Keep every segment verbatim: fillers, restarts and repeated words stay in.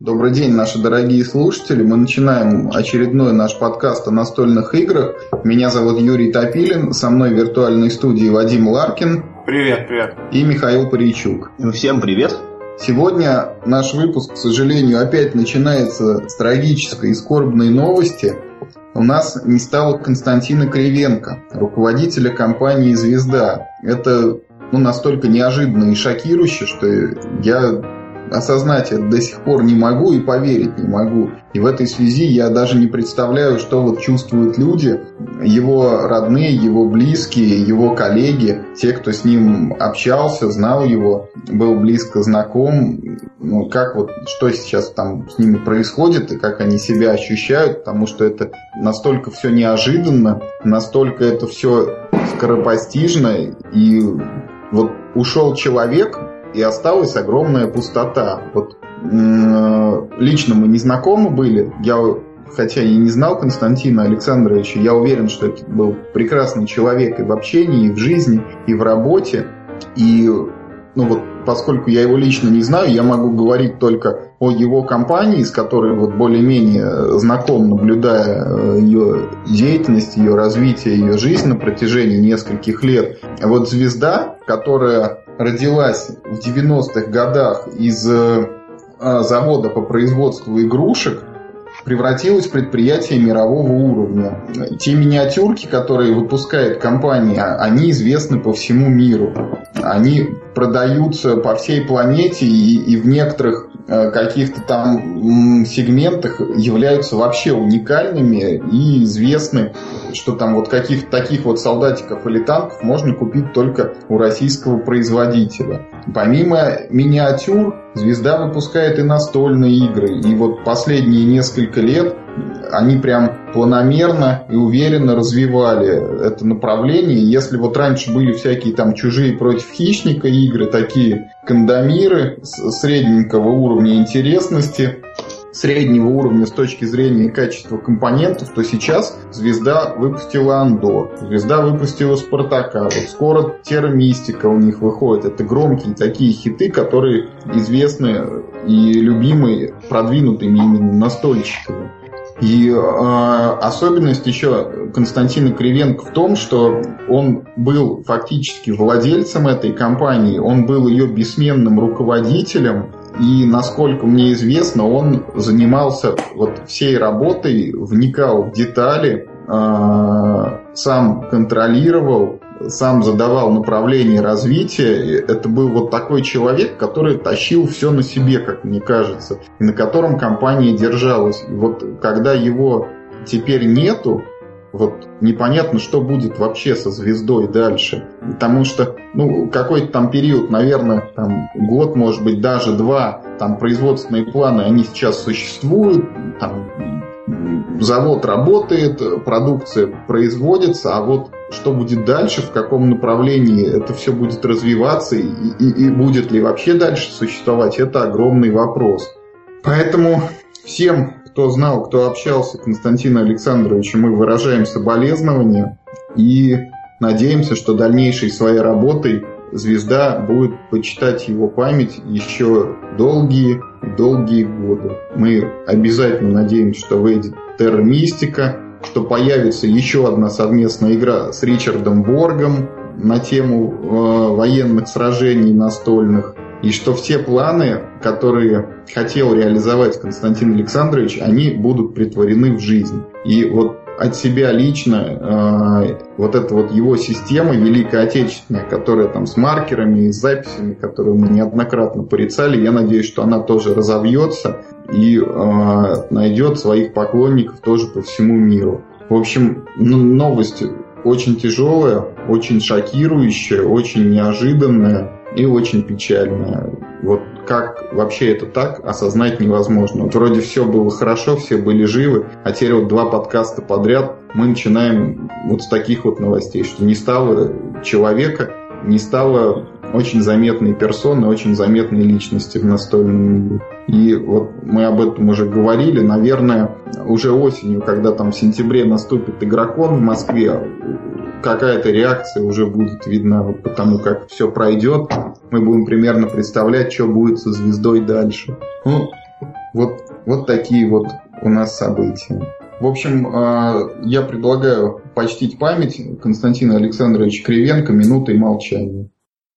Добрый день, наши дорогие слушатели. Мы начинаем очередной наш подкаст о настольных играх. Меня зовут Юрий Топилин, со мной в виртуальной студии Вадим Ларкин. Привет, привет. И Михаил Паричук. Всем привет. Сегодня наш выпуск, к сожалению, опять начинается с трагической и скорбной новости. У нас не стало Константина Кривенко, руководителя компании «Звезда». Это ну, настолько неожиданно и шокирующе, что я осознать это до сих пор не могу и поверить не могу. И в этой связи я даже не представляю, что вот чувствуют люди, его родные, его близкие, его коллеги, те, кто с ним общался, знал его, был близко знаком. Ну, как вот, что сейчас там с ними происходит и как они себя ощущают, потому что это настолько все неожиданно, настолько это все скоропостижно, и вот ушел человек, и осталась огромная пустота. Вот э, лично мы не знакомы были. Я, хотя и не знал Константина Александровича, я уверен, что это был прекрасный человек и в общении, и в жизни, и в работе. И ну вот, поскольку я его лично не знаю, я могу говорить только о его компании, с которой вот более-менее знаком, наблюдая ее деятельность, ее развитие, ее жизнь на протяжении нескольких лет. Вот «Звезда», которая родилась в девяностых годах из э, завода по производству игрушек, превратилась в предприятие мирового уровня. Те миниатюрки, которые выпускает компания, они известны по всему миру. Они продаются по всей планете и, и в некоторых э, каких-то там м, сегментах являются вообще уникальными и известны, что там вот каких-то таких вот солдатиков или танков можно купить только у российского производителя. Помимо миниатюр, «Звезда» выпускает и настольные игры. И вот последние несколько лет они прям планомерно и уверенно развивали это направление. Если вот раньше были всякие там «Чужие против хищника» игры, такие кондомиры средненького уровня интересности, среднего уровня с точки зрения качества компонентов, то сейчас «Звезда» выпустила «Андор», «Звезда» выпустила «Спартака», вот скоро «Терра Мистика» у них выходит. Это громкие такие хиты, которые известны и любимы продвинутыми именно настольщиками. И э, особенность еще Константина Кривенко в том, что он был фактически владельцем этой компании, он был ее бессменным руководителем. И, насколько мне известно, он занимался вот всей работой, вникал в детали, э, сам контролировал, сам задавал направление развития. Это был вот такой человек, который тащил все на себе, как мне кажется, и на котором компания держалась. И вот когда его теперь нету, вот непонятно, что будет вообще со «Звездой» дальше. Потому что, ну, какой-то там период, наверное, там, год, может быть, даже два, там производственные планы, они сейчас существуют, там, завод работает, продукция производится, а вот что будет дальше, в каком направлении это все будет развиваться и, и, и будет ли вообще дальше существовать, это огромный вопрос. Поэтому всем, кто знал, кто общался с Константином Александровичем, мы выражаем соболезнования и надеемся, что дальнейшей своей работой «Звезда» будет почитать его память еще долгие-долгие годы. Мы обязательно надеемся, что выйдет «Терра Мистика», что появится еще одна совместная игра с Ричардом Боргом на тему э, военных сражений настольных, и что все планы, которые хотел реализовать Константин Александрович, они будут претворены в жизнь. И вот от себя лично э, вот эта вот его система Великая Отечественная, которая там с маркерами и с записями, которую мы неоднократно порицали, я надеюсь, что она тоже разовьется и э, найдет своих поклонников тоже по всему миру. В общем, ну, новость очень тяжелая, очень шокирующая, очень неожиданная и очень печальная. Вот как вообще это так, осознать невозможно. Вот вроде все было хорошо, все были живы, а теперь вот два подкаста подряд мы начинаем вот с таких вот новостей, что не стало человека, не стало очень заметной персоны, очень заметной личности в настольном мире. И вот мы об этом уже говорили, наверное, уже осенью, когда там в сентябре наступит Игрокон в Москве, какая-то реакция уже будет видна, вот потому как все пройдет, мы будем примерно представлять, что будет со «Звездой» дальше. Ну, Вот, вот такие вот у нас события. В общем, я предлагаю почтить память Константина Александровича Кривенко минутой молчания.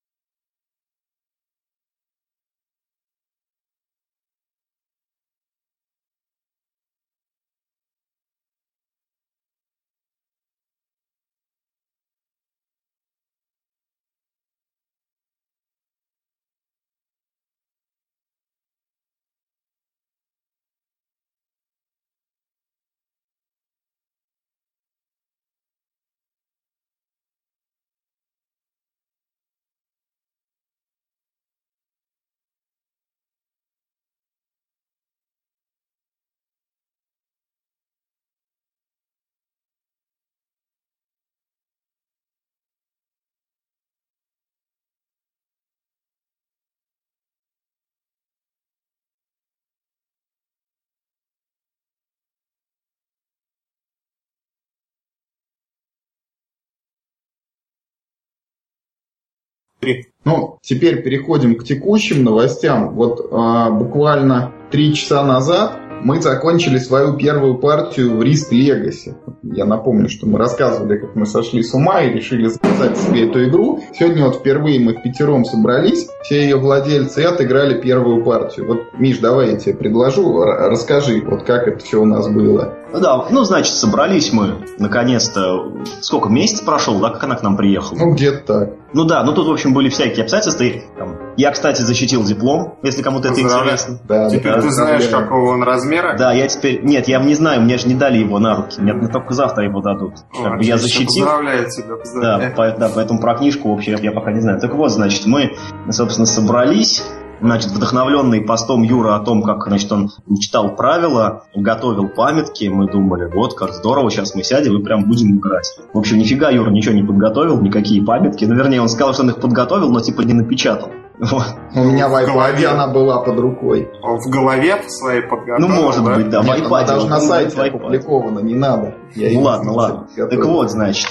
Ну, теперь переходим к текущим новостям. Вот э, буквально три часа назад мы закончили свою первую партию в Risk Legacy. Я напомню, что мы рассказывали, как мы сошли с ума и решили заказать себе эту игру. Сегодня вот впервые мы впятером собрались, все ее владельцы, и отыграли первую партию. Вот, Миш, давай я тебе предложу, расскажи, вот как это все у нас было. Ну да, ну, значит, собрались мы, наконец-то, сколько, месяц прошел, да, как она к нам приехала? Ну, где-то так. Ну да, ну тут, в общем, были всякие обстоятельства. Там, я, кстати, защитил диплом, если кому-то это интересно. Да, теперь да, ты знаешь, какого он размера? Да, я теперь... Нет, я не знаю, мне же не дали его на руки. Мне, мне только завтра его дадут. О, как бы я защитил. Поздравляю тебя, поздравляю. Да, по, да, поэтому про книжку вообще я пока не знаю. Так вот, значит, мы, собственно, собрались... Значит, вдохновленный постом Юры о том, как, значит, он читал правила, готовил памятки, мы думали, вот, как здорово, сейчас мы сядем и прям будем играть. В общем, нифига Юра ничего не подготовил, никакие памятки. Ну, вернее, он сказал, что он их подготовил, но типа не напечатал. Вот. У меня в iPad она была под рукой. Он в голове своей подготовил? Ну, может да? быть, да. Нет, в iPad. Даже на сайте опубликовано, не надо. Я ну ладно, ладно. Так вот, значит,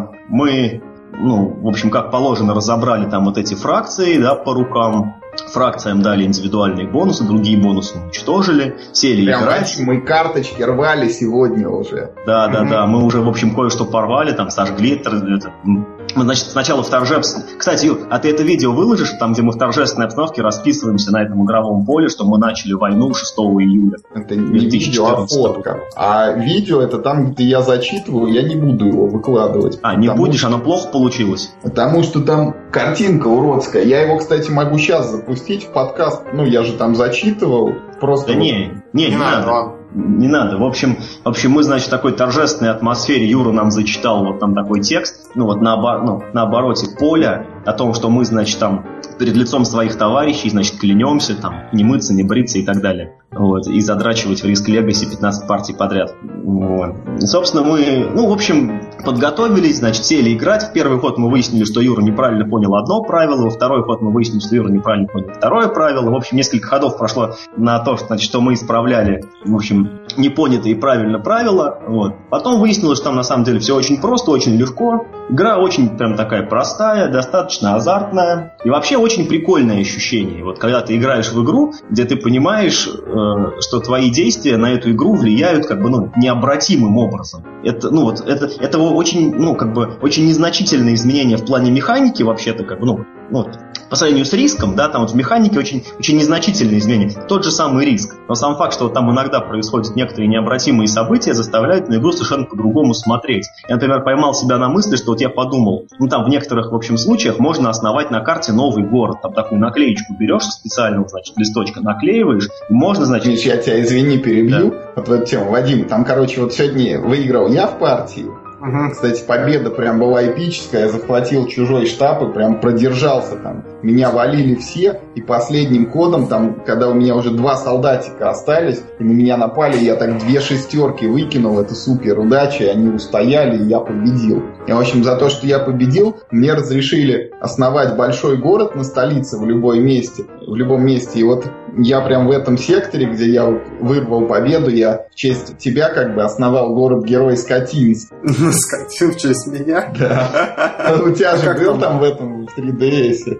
мы, ну, в общем, как положено, разобрали там вот эти фракции, да, по рукам. Фракциям дали индивидуальные бонусы, другие бонусы уничтожили, сели прям играть. Мы карточки рвали сегодня уже. Да, да, mm-hmm. да, мы уже, в общем, кое-что порвали, там, сожгли. Это, мы, значит, сначала в торжественном... Кстати, Ю, а ты это видео выложишь, там, где мы в торжественной обстановке расписываемся на этом игровом поле, что мы начали войну шестого июля. Это не видео, а фотка. А видео это там, где я зачитываю, я не буду его выкладывать. А, не будешь? Что... Оно плохо получилось? Потому что там картинка уродская. Я его, кстати, могу сейчас запустить в подкаст. Ну, я же там зачитывал. Просто да вот... не, не, не, не надо. надо. Не надо. В общем, в общем, мы, значит, в такой торжественной атмосфере Юра нам зачитал вот там такой текст, ну вот на, обор- ну, на обороте поля, о том, что мы, значит, там перед лицом своих товарищей, значит, клянемся, там, не мыться, не бриться и так далее. Вот, и задрачивать в Risk Legacy пятнадцать партий подряд. Вот. И, собственно, мы, ну, в общем, подготовились, значит, сели играть. В первый ход мы выяснили, что Юра неправильно понял одно правило, во второй ход мы выяснили, что Юра неправильно понял второе правило. В общем, несколько ходов прошло на то, что, значит, что мы исправляли, в общем, непонятые и правильно правила. Вот. Потом выяснилось, что там на самом деле все очень просто, очень легко. Игра очень прям такая простая, достаточно азартная. И вообще очень прикольное ощущение. Вот когда ты играешь в игру, где ты понимаешь, э, что твои действия на эту игру влияют как бы, ну, необратимым образом. Это, ну, вот, это, это очень, ну, как бы, очень незначительные изменения в плане механики вообще-то, как бы, ну, ну, по сравнению с риском, да, там вот в механике очень, очень незначительные изменения. Тот же самый риск. Но сам факт, что вот там иногда происходят некоторые необратимые события, заставляет на игру совершенно по-другому смотреть. Я, например, поймал себя на мысли, что вот я подумал, ну там в некоторых, в общем, случаях можно основать на карте новый город. Там такую наклеечку берешь специального, значит, листочка наклеиваешь, и можно, значит... Миш, я тебя, извини, перебью. Да. Вот в эту тему. Вадим, там, короче, вот сегодня выиграл я в партии. Угу. Кстати, победа прям была эпическая. Я захватил чужой штаб и прям продержался там. Меня валили все. И последним ходом, там, когда у меня уже два солдатика остались, и на меня напали, я так две шестерки выкинул. Это супер удача. И они устояли, и я победил. И, в общем, за то, что я победил, мне разрешили основать большой город на столице в любой месте, в любом месте. И вот я прям в этом секторе, где я вырвал победу, я в честь тебя как бы основал город-герой Скатинск. Скатин в честь меня? Да. У тебя же был там в этом три ди эс.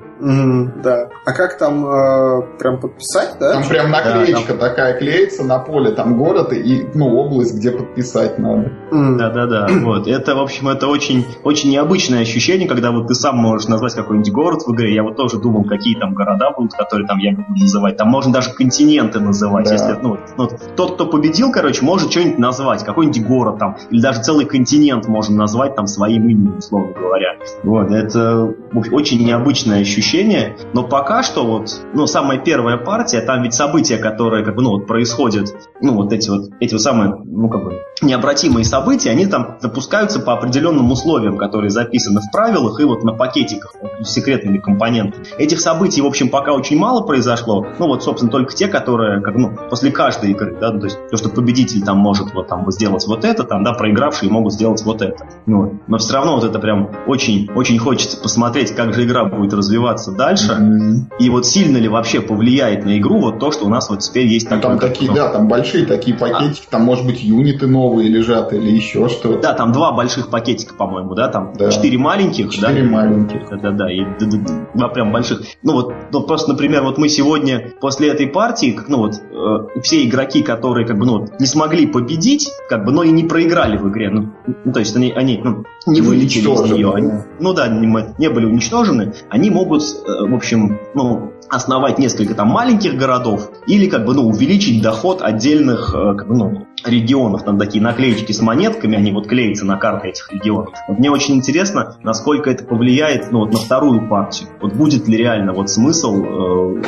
Да. А как там прям подписать, да? Там прям наклеечка такая клеится на поле, там город и, ну, область, где подписать надо. Да-да-да. Вот. Это, в общем, это очень, очень необычное ощущение, когда вот ты сам можешь назвать какой-нибудь город в игре. Я вот тоже думал, какие там города будут, которые там я буду называть. Там можно даже континенты называть. Да. Если, ну, ну, тот, кто победил, короче, может что-нибудь назвать. Какой-нибудь город там. Или даже целый континент можно назвать там своим именем, условно говоря. Вот. Это очень необычное ощущение. Но пока что вот, ну, самая первая партия, там ведь события, которые, как бы, ну, вот происходят, ну, вот эти вот, эти вот самые, ну, как бы, необратимые события, они там запускаются по определенным условиям, которые записаны в правилах и вот на пакетиках с секретными компонентами. Этих событий, в общем, пока очень мало произошло. Ну, вот, собственно, только те, которые, как, ну, после каждой игры, да, то есть то, что победитель там может вот там сделать вот это, там, да, проигравшие могут сделать вот это. Ну, но все равно вот это прям очень, очень хочется посмотреть, как же игра будет развиваться дальше. Mm-hmm. И вот сильно ли вообще повлияет на игру вот то, что у нас вот теперь есть а такой... Там такие, да, там большие такие пакетики, а. Там, может быть, юниты новые лежат или еще что-то. Да, там два больших пакетика, по-моему, да, там да. четыре маленьких, четыре да? Четыре маленьких. Да-да-да, и два прям больших. Ну вот, ну, просто, например, вот мы сегодня после этой партии, как, ну вот, э, все игроки, которые, как бы, ну, не смогли победить, как бы, но и не проиграли в игре, ну, ну то есть они, они ну, не вылетели из нее, они, ну да, не, не были уничтожены, они могут, э, в общем, ну, основать несколько там маленьких городов или как бы, ну, увеличить доход отдельных как бы, ну, регионов. Там такие наклеечки с монетками, они вот клеятся на карты этих регионов. Вот мне очень интересно, насколько это повлияет, ну, вот на вторую партию. Вот будет ли реально вот смысл э,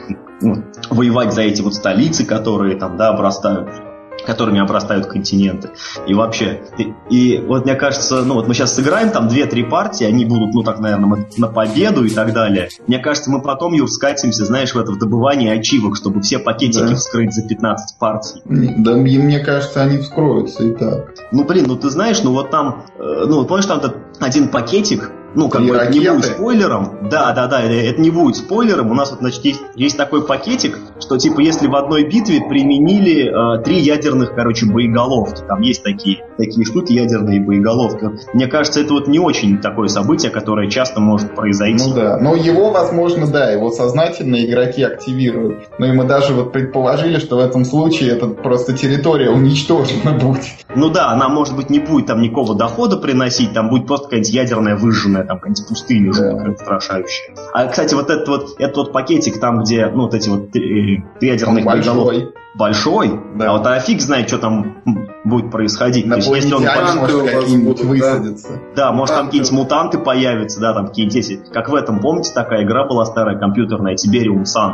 ну, воевать за эти вот столицы, которые там, да, обрастают, которыми обрастают континенты. И вообще, и, и вот мне кажется, ну вот мы сейчас сыграем там две-три партии, они будут, ну так, наверное, на победу и так далее. Мне кажется, мы потом, Юр, скатимся, знаешь, в это в добывание ачивок, чтобы все пакетики да. вскрыть за пятнадцать партий. Да, и мне кажется, они вскроются и так. Ну, блин, ну ты знаешь, ну вот там, э, ну, помнишь, там этот один пакетик, ну, как бы это не будет спойлером. Да, да, да, это не будет спойлером. У нас вот, значит, есть, есть такой пакетик, что, типа, если в одной битве применили э, три ядерных, короче, боеголовки. Там есть такие, такие штуки, ядерные боеголовки. Мне кажется, это вот не очень такое событие, которое часто может произойти. Ну да, но его, возможно, да, его сознательно игроки активируют. Ну и мы даже вот предположили, что в этом случае это просто территория уничтожена будет. Ну да, она, может быть, не будет там никакого дохода приносить, там будет просто какая-нибудь ядерная выжженная, там какая-нибудь пустыня жуткая, страшающая. А, кстати, вот этот вот, этот вот пакетик, там, где, ну, вот эти вот три ядерных боеголовки. Большой? Да. А вот а фиг знает, что там будет происходить. На То есть, если он может какие-нибудь высадятся. Да, да, может там какие-нибудь мутанты появятся, да, там какие-нибудь эти. Как в этом, помните, такая игра была старая, компьютерная, Tiberium Sun.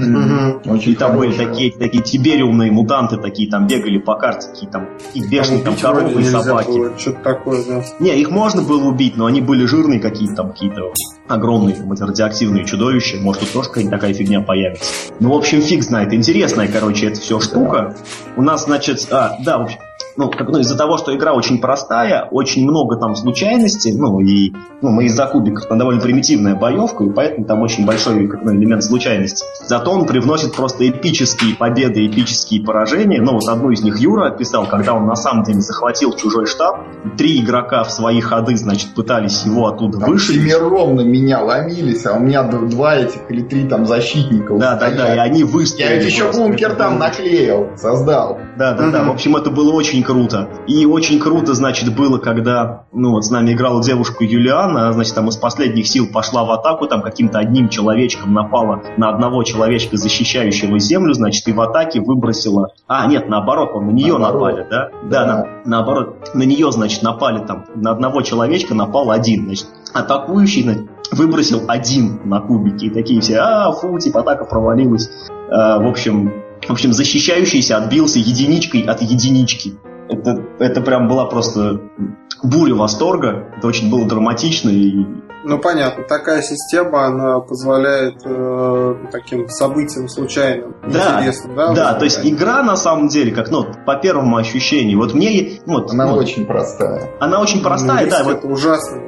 Угу. И там были такие, такие тибериумные мутанты, такие там бегали по карте, такие там, и бешеные там коровы и собаки. Что-то такое, да. Не, их можно было убить, но они были жирные какие-то там, какие-то огромные, там, эти радиоактивные чудовища. Может, тут тоже какая-нибудь такая фигня появится. Ну, в общем, фиг знает. Интересная, короче, это все штука. У нас, значит, а, да, в общем, ну, как, ну, из-за того, что игра очень простая, очень много там случайностей, ну, и ну, мы из-за кубиков, там довольно примитивная боевка, и поэтому там очень большой как, ну, элемент случайности. Зато он привносит просто эпические победы, эпические поражения. Ну, вот одну из них Юра описал, когда он на самом деле захватил чужой штаб, три игрока в свои ходы, значит, пытались его оттуда вышибить. Семеровно меня ломились, а у меня два этих или три там защитника. Да, да, да, и они выстояли. Я ведь еще бункер там наклеил, создал. Да, да, да, в общем, это было очень круто. И очень круто, значит, было, когда, ну, вот с нами играла девушка Юлиана, значит, там из последних сил пошла в атаку, там каким-то одним человечком напала на одного человечка, защищающего землю, значит, и в атаке выбросила... А, нет, наоборот, на нее наоборот. напали, да? Да, да на, наоборот, на нее, значит, напали там, на одного человечка напал один, значит, атакующий, значит, выбросил один на кубики, и такие все, а, фу, типа, атака провалилась. А, в общем... В общем, защищающийся отбился единичкой от единички. Это, это прям была просто буря восторга. Это очень было драматично. И... Ну, понятно. Такая система, она позволяет э, таким событиям случайным, да, интересным, да? Да, то есть игра, на самом деле, как, ну, по первому ощущению, вот мне... Вот, она ну, очень простая. Она очень простая, ну, да. Это вот... ужасная игра.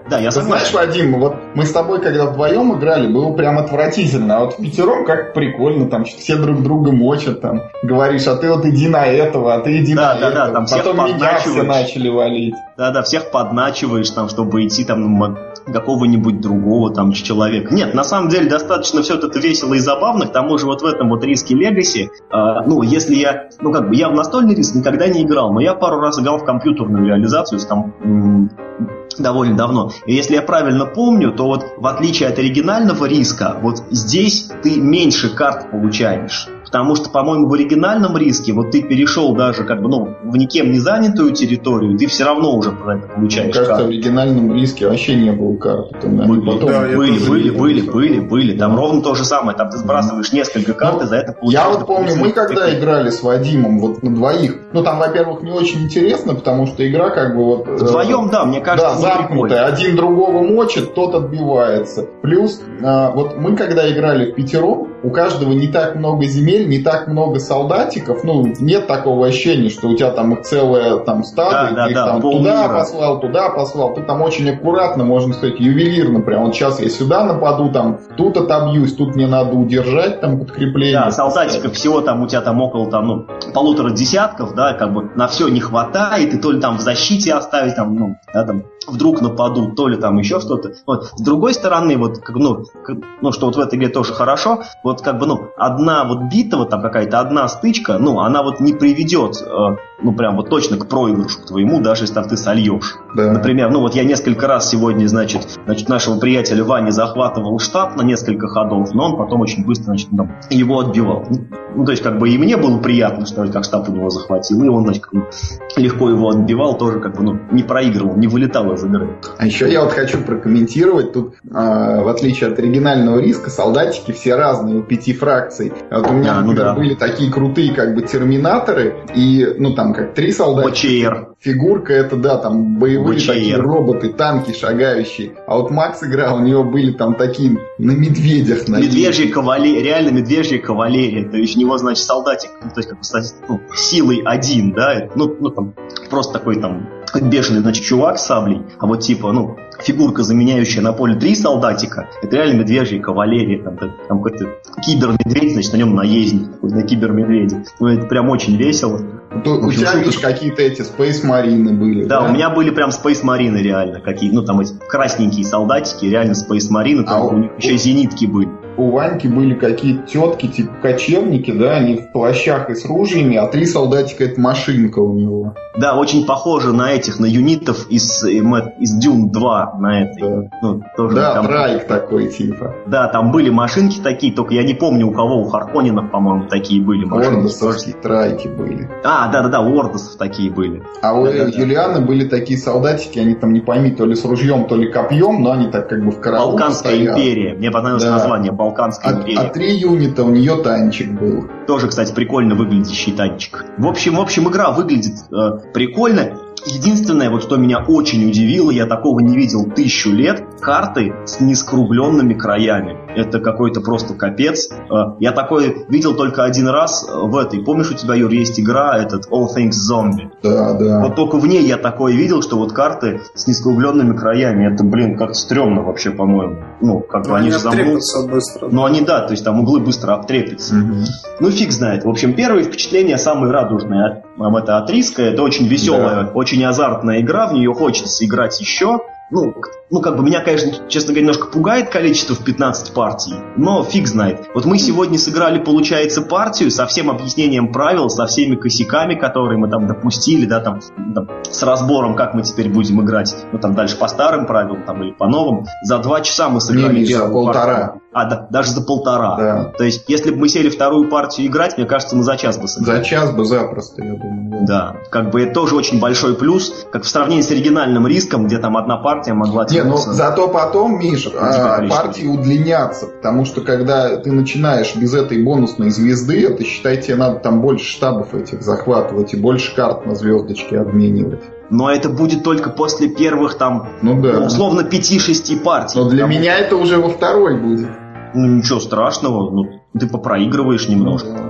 Да, я Ты согласен. знаешь, Вадим, вот мы с тобой, когда вдвоем играли, было прям отвратительно. А вот в пятером как прикольно, там все друг друга мочат, там говоришь, а ты вот иди на этого, а ты иди да, на да, этого. Да, там всех потом меня все начали валить. Да-да, всех подначиваешь, там, чтобы идти там на какого-нибудь другого там человека. Нет, на самом деле достаточно все это весело и забавно. К тому же вот в этом вот риске Legacy, э, ну, если я, ну, как бы, я в настольный риск никогда не играл, но я пару раз играл в компьютерную реализацию, там, м- довольно давно. И если я правильно помню, то вот в отличие от оригинального риска, вот здесь ты меньше карт получаешь. Потому что, по-моему, в оригинальном риске вот ты перешел даже как бы, ну, в никем не занятую территорию, ты все равно уже про это получаешь. Мне кажется, карты. в оригинальном риске вообще не было карты. Там, были, потом... да, были, были, были, были, были. Там ровно то же самое. Там ты сбрасываешь несколько карт, ну, и за это получаешь. Я вот помню, мы когда ты... играли с Вадимом вот на двоих, ну там, во-первых, не очень интересно, потому что игра как бы вот... Вдвоем, э, да, мне кажется, да, замкнутая. Один другого мочит, тот отбивается. Плюс, э, вот мы когда играли в пятером, у каждого не так много земель, не так много солдатиков, ну, нет такого ощущения, что у тебя там их целое там стадо, да, и ты да, их там да, туда послал, туда послал, ты там очень аккуратно, можно сказать, ювелирно, прям вот сейчас я сюда нападу, там, тут отобьюсь, тут мне надо удержать, там, подкрепление. Да, солдатиков всего там у тебя там около там, ну, полутора десятков, да, как бы на все не хватает, и то ли там в защите оставить, там, ну, да, там, вдруг нападут, то ли там еще что-то. Вот. С другой стороны, вот, как, ну, как, ну, что вот в этой игре тоже хорошо, вот как бы, ну, одна вот битва, там какая-то одна стычка, ну, она вот не приведет, э, ну, прям вот точно к проигрышу к твоему, даже если там ты сольешь. Да. Например, ну, вот я несколько раз сегодня, значит, значит, нашего приятеля Вани захватывал штаб на несколько ходов, но он потом очень быстро, значит, там, его отбивал. Ну, то есть, как бы и мне было приятно, что как штаб у него захватил, и он, значит, как бы легко его отбивал, тоже, как бы, ну, не проигрывал, не вылетал из игры. А еще я вот хочу прокомментировать, тут, э, в отличие от оригинального риска, солдатики все разные, у пяти фракций. Вот у меня, а, ну, да. были такие крутые, как бы, терминаторы, и, ну, там, как три солдатика. о че эр. Фигурка, это, да, там, боевые о че эр. Такие роботы, танки шагающие. А вот Макс играл, у него были там такие на медведях. На медвежья кавалерия, реально медвежья кавалерия. То есть у него, значит, солдатик, то есть, как бы, ну, силой один, да, ну, ну, там, просто такой, там, бешеный, значит, чувак с саблей, а вот типа, ну, фигурка, заменяющая на поле три солдатика, это реально медвежья кавалерия, там, там какой-то кибермедведь, значит, на нем наездник, такой, на кибермедведе. Ну, это прям очень весело. То, у тебя, видишь, какие-то эти Space Marine были, да? Да, у меня были прям Space Marine реально, какие, ну, там эти красненькие солдатики, реально Space Marine, а у, у них еще зенитки были. У Ваньки были какие-то тетки, типа кочевники, да, они в плащах и с ружьями, а три солдатика — это машинка у него. Да, очень похоже на этих, на юнитов из, из Dune два, на этой. Да, ну, тоже да там, трайк такой, типа. Да, там были машинки такие, только я не помню, у кого, у Харконненов, по-моему, такие были машинки. Ордосовские трайки были. А, да-да-да, у Ордосов такие были. А у да, Юлианы да. были такие солдатики, они там, не пойми, то ли с ружьем, то ли копьем, но они так как бы в карауле Балканская стоят. империя, мне понравилось да. название, Балканская а, империя. А три юнита, у нее танчик был. Тоже, кстати, прикольно выглядящий танчик. В общем, в общем, игра выглядит э, прикольно. Единственное, вот что меня очень удивило, я такого не видел тысячу лет, карты с нескругленными краями. Это какой-то просто капец. Я такое видел только один раз в этой. Помнишь, у тебя, Юр, есть игра, этот All Things Zombie? Да, да. Вот только в ней я такое видел, что вот карты с нескругленными краями, это, блин, как-то стрёмно вообще, по-моему. Ну, как бы они, они же замнутся быстро. Ну, они, да, то есть там углы быстро обтрепятся. Mm-hmm. Ну, фиг знает. В общем, первые впечатления самые радужные. Это от риска, это очень веселая, да. очень азартная игра, в нее хочется играть еще. Ну, ну, как бы меня, конечно, честно говоря, немножко пугает количество в пятнадцать партий, но фиг знает. Вот мы сегодня сыграли, получается, партию со всем объяснением правил, со всеми косяками, которые мы там допустили, да, там, там с разбором, как мы теперь будем играть, ну, там, дальше по старым правилам, там, или по новым. За два часа мы сыграли не, не, за полтора. Партию. А, да, даже за полтора. Да. То есть, если бы мы сели вторую партию играть, мне кажется, мы за час бы сыграли. За час бы запросто, я думаю. Да, как бы это тоже очень большой плюс, как в сравнении с оригинальным риском, где там одна партия могла... Не, ну зато потом, Миш, а, партии удлинятся, потому что когда ты начинаешь без этой бонусной звезды, это, считай, тебе надо там больше штабов этих захватывать и больше карт на звездочки обменивать. Но это будет только после первых там, ну, да. условно, пяти-шести партий. Но для меня это уже во второй будет. Ну, ничего страшного, ну, ты попроигрываешь немножко. Ну, да.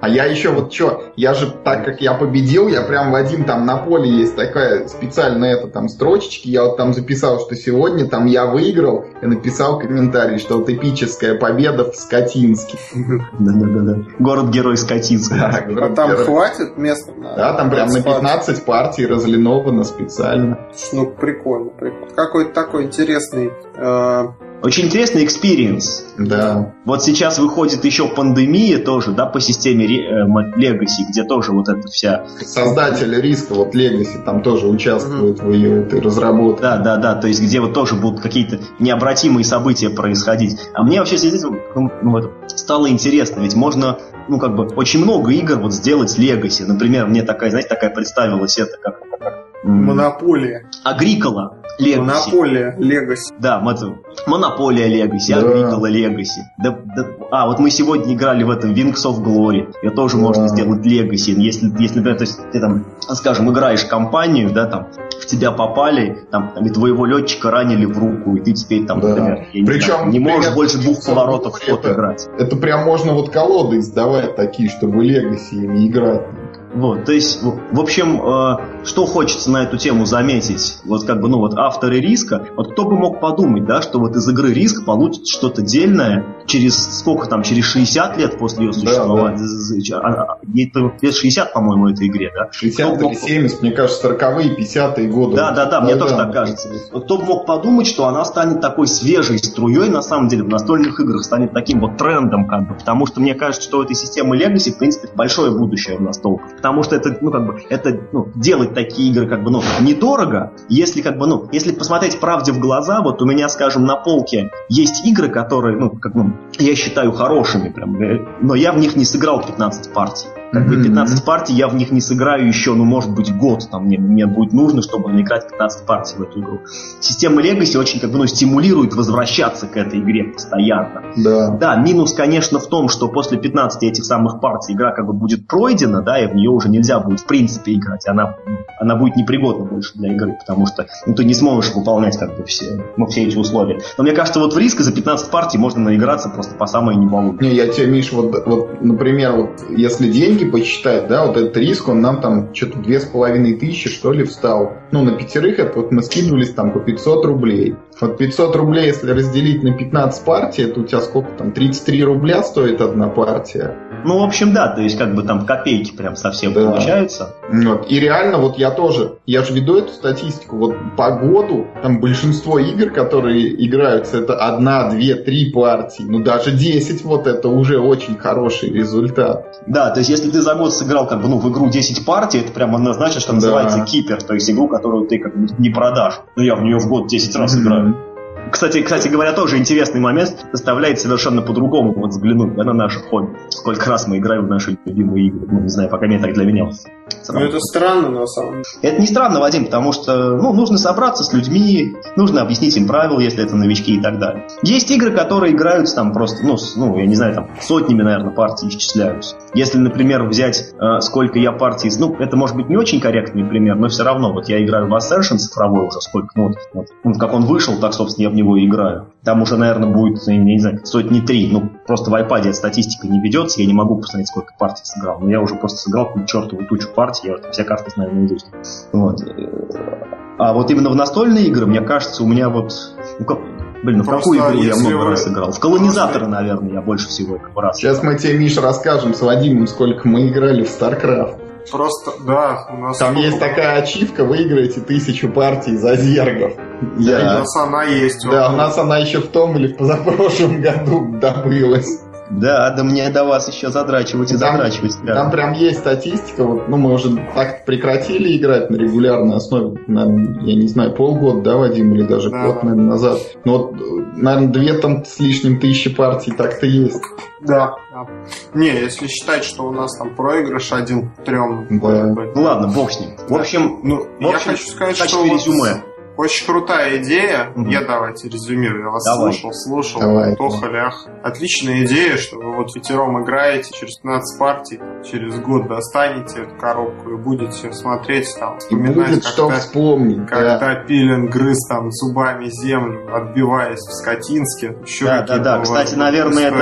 А я еще вот что, я же, так как я победил, я прям, Вадим, там на поле есть такая специальная это, там, строчечки, я вот там записал, что сегодня там я выиграл, и написал комментарий, что вот эпическая победа в Скотинске. Да-да-да. Город-герой Скотинск. А там хватит места? Да, там прям на пятнадцать партий разлиновано специально. Ну, прикольно, прикольно. Какой-то такой интересный... Очень интересный экспириенс. Да. Вот сейчас выходит еще пандемия тоже, да, по системе Legacy, где тоже вот эта вся... Создатели риска, вот Legacy, там тоже участвуют mm-hmm. в ее этой разработке. Да, да, да, то есть где вот тоже будут какие-то необратимые события происходить. А мне вообще здесь ну, это, стало интересно, ведь можно, ну, как бы, очень много игр вот сделать с Legacy. Например, мне такая, знаете, такая представилась это, как... Монополия. Агрикола Legacy. Монополия Legacy. Да, это Монополия Legacy, Агрикола Legacy. Да, да. А, вот мы сегодня играли в этом Wings of Glory. Ее тоже да. можно сделать Legacy. Если, если, например, то есть, ты там, скажем, играешь компанию, да, там, в тебя попали, там, и твоего летчика ранили в руку, и ты теперь там, да. например, я не, Причем, знаю, не можешь привет, больше двух поворотов в ход играть. Это прям можно вот колоды издавать такие, чтобы Legacy ими играть. Вот, то есть, в общем, э, что хочется на эту тему заметить, вот как бы, ну вот авторы риска, вот кто бы мог подумать, да, что вот из игры риск получится что-то дельное через сколько там, через шестьдесят лет после ее существования, да, да. лет шестьдесят, по-моему, этой игре, да? шестьдесят или семьдесят, мне кажется, сороковые, пятидесятые годы. Да, да, да, мне да, тоже да. так кажется. Вот кто бы мог подумать, что она станет такой свежей струей, на самом деле, в настольных играх, станет таким вот трендом, как бы, потому что мне кажется, что у этой системы Legacy, в принципе, большое будущее в настолках. Потому что это, ну, как бы, это, ну, делать такие игры, как бы, ну, недорого. Если, как бы, ну, если посмотреть правде в глаза, вот у меня, скажем, на полке есть игры, которые, ну, как, ну, я считаю хорошими, прям, но я в них не сыграл пятнадцать партий. Как бы пятнадцать партий я в них не сыграю еще, ну, может быть, год. Там мне, мне будет нужно, чтобы наиграть пятнадцать партий в эту игру. Система Legacy очень, как бы, ну, стимулирует возвращаться к этой игре постоянно. Да. Да, минус, конечно, в том, что после пятнадцати этих самых партий игра как бы будет пройдена, да, и в нее уже нельзя будет в принципе играть. Она, она будет непригодна больше для игры, потому что, ну, ты не сможешь выполнять как бы все, ну, все эти условия. Но мне кажется, вот в риск за пятнадцать партий можно наиграться просто по самой неволу. Не, я тебе, Миш, вот, вот, например, вот, если деньги посчитать, да, вот этот риск, он нам там что-то две с половиной тысячи, что ли, встал. Ну, на пятерых это вот мы скидывались там по пятьсот рублей. Вот пятьсот рублей, если разделить на пятнадцать партий, это у тебя сколько там, тридцать три рубля стоит одна партия. Ну, в общем, да, то есть как бы там копейки прям совсем да. получаются. Вот. И реально, вот я тоже, я же веду эту статистику, вот по году там большинство игр, которые играются, это одна, две, три партии, ну даже десять, вот это уже очень хороший результат. Да, то есть если ты за год сыграл как бы, ну, в игру десять партий, это прям однозначно, что называется да. кипер, то есть игру, которую ты как бы не продашь. Ну, я в нее в год десять раз mm-hmm. играю. Кстати, кстати говоря, тоже интересный момент заставляет совершенно по-другому вот взглянуть да, на наше хобби. Сколько раз мы играем в наши любимые игры. Ну, не знаю, пока мне так для меня. Ну, это странно, на самом деле. Это не странно, Вадим, потому что ну, нужно собраться с людьми, нужно объяснить им правила, если это новички и так далее. Есть игры, которые играются там просто, ну, с, ну я не знаю, там сотнями, наверное, партий исчисляются. Если, например, взять, э, сколько я партий, ну, это может быть не очень корректный пример, но все равно, вот я играю в Ascension цифровой уже сколько, ну, вот, вот, ну, как он вышел, так, собственно, я в него и играю. Там уже, наверное, будет, я не знаю, сотни три. Ну, просто в iPad эта статистика не ведется, я не могу посмотреть, сколько партий сыграл. Но я уже просто сыграл какую-то чертову тучу партий, я уже все карты знаю наизусть. Вот. А вот именно в настольные игры, мне кажется, у меня вот... Ну, как... Блин, ну в какую игру я много вы... раз играл? В колонизаторы, наверное, я больше всего раз. Сейчас мы тебе, Миша, расскажем с Вадимом, сколько мы играли в StarCraft. Просто, да, у нас... Там есть такая ачивка, выиграете тысячу партий за зергов. Да, я... у нас она есть. Да, у нас она еще в том или в позапрошлом году добылась. Да, да мне до вас еще задрачивать и там, задрачивать. Там, там прям есть статистика. Вот, ну, мы уже так прекратили играть на регулярной основе, на, я не знаю, полгода, да, Вадим, или даже да. год, наверное, назад. Но вот, наверное, две там с лишним тысячи партий так-то есть. Да, да. Не, если считать, что у нас там проигрыш один к трем. Да. Ну ладно, бог с ним. В общем, ну, в общем я хочу сказать, что резюме. Очень крутая идея. Mm-hmm. Я давайте резюмирую. Я вас Давай. слушал, слушал. Давай. Тох, Лях. Отличная идея, что вы вот пятером играете, через пятнадцать партий, через год достанете эту коробку и будете смотреть там, вспоминать, и будет, что вспомнить, когда да. Пилин грыз там зубами землю, отбиваясь в Скотинске. Еще да, да, да. Кстати, наверное, это,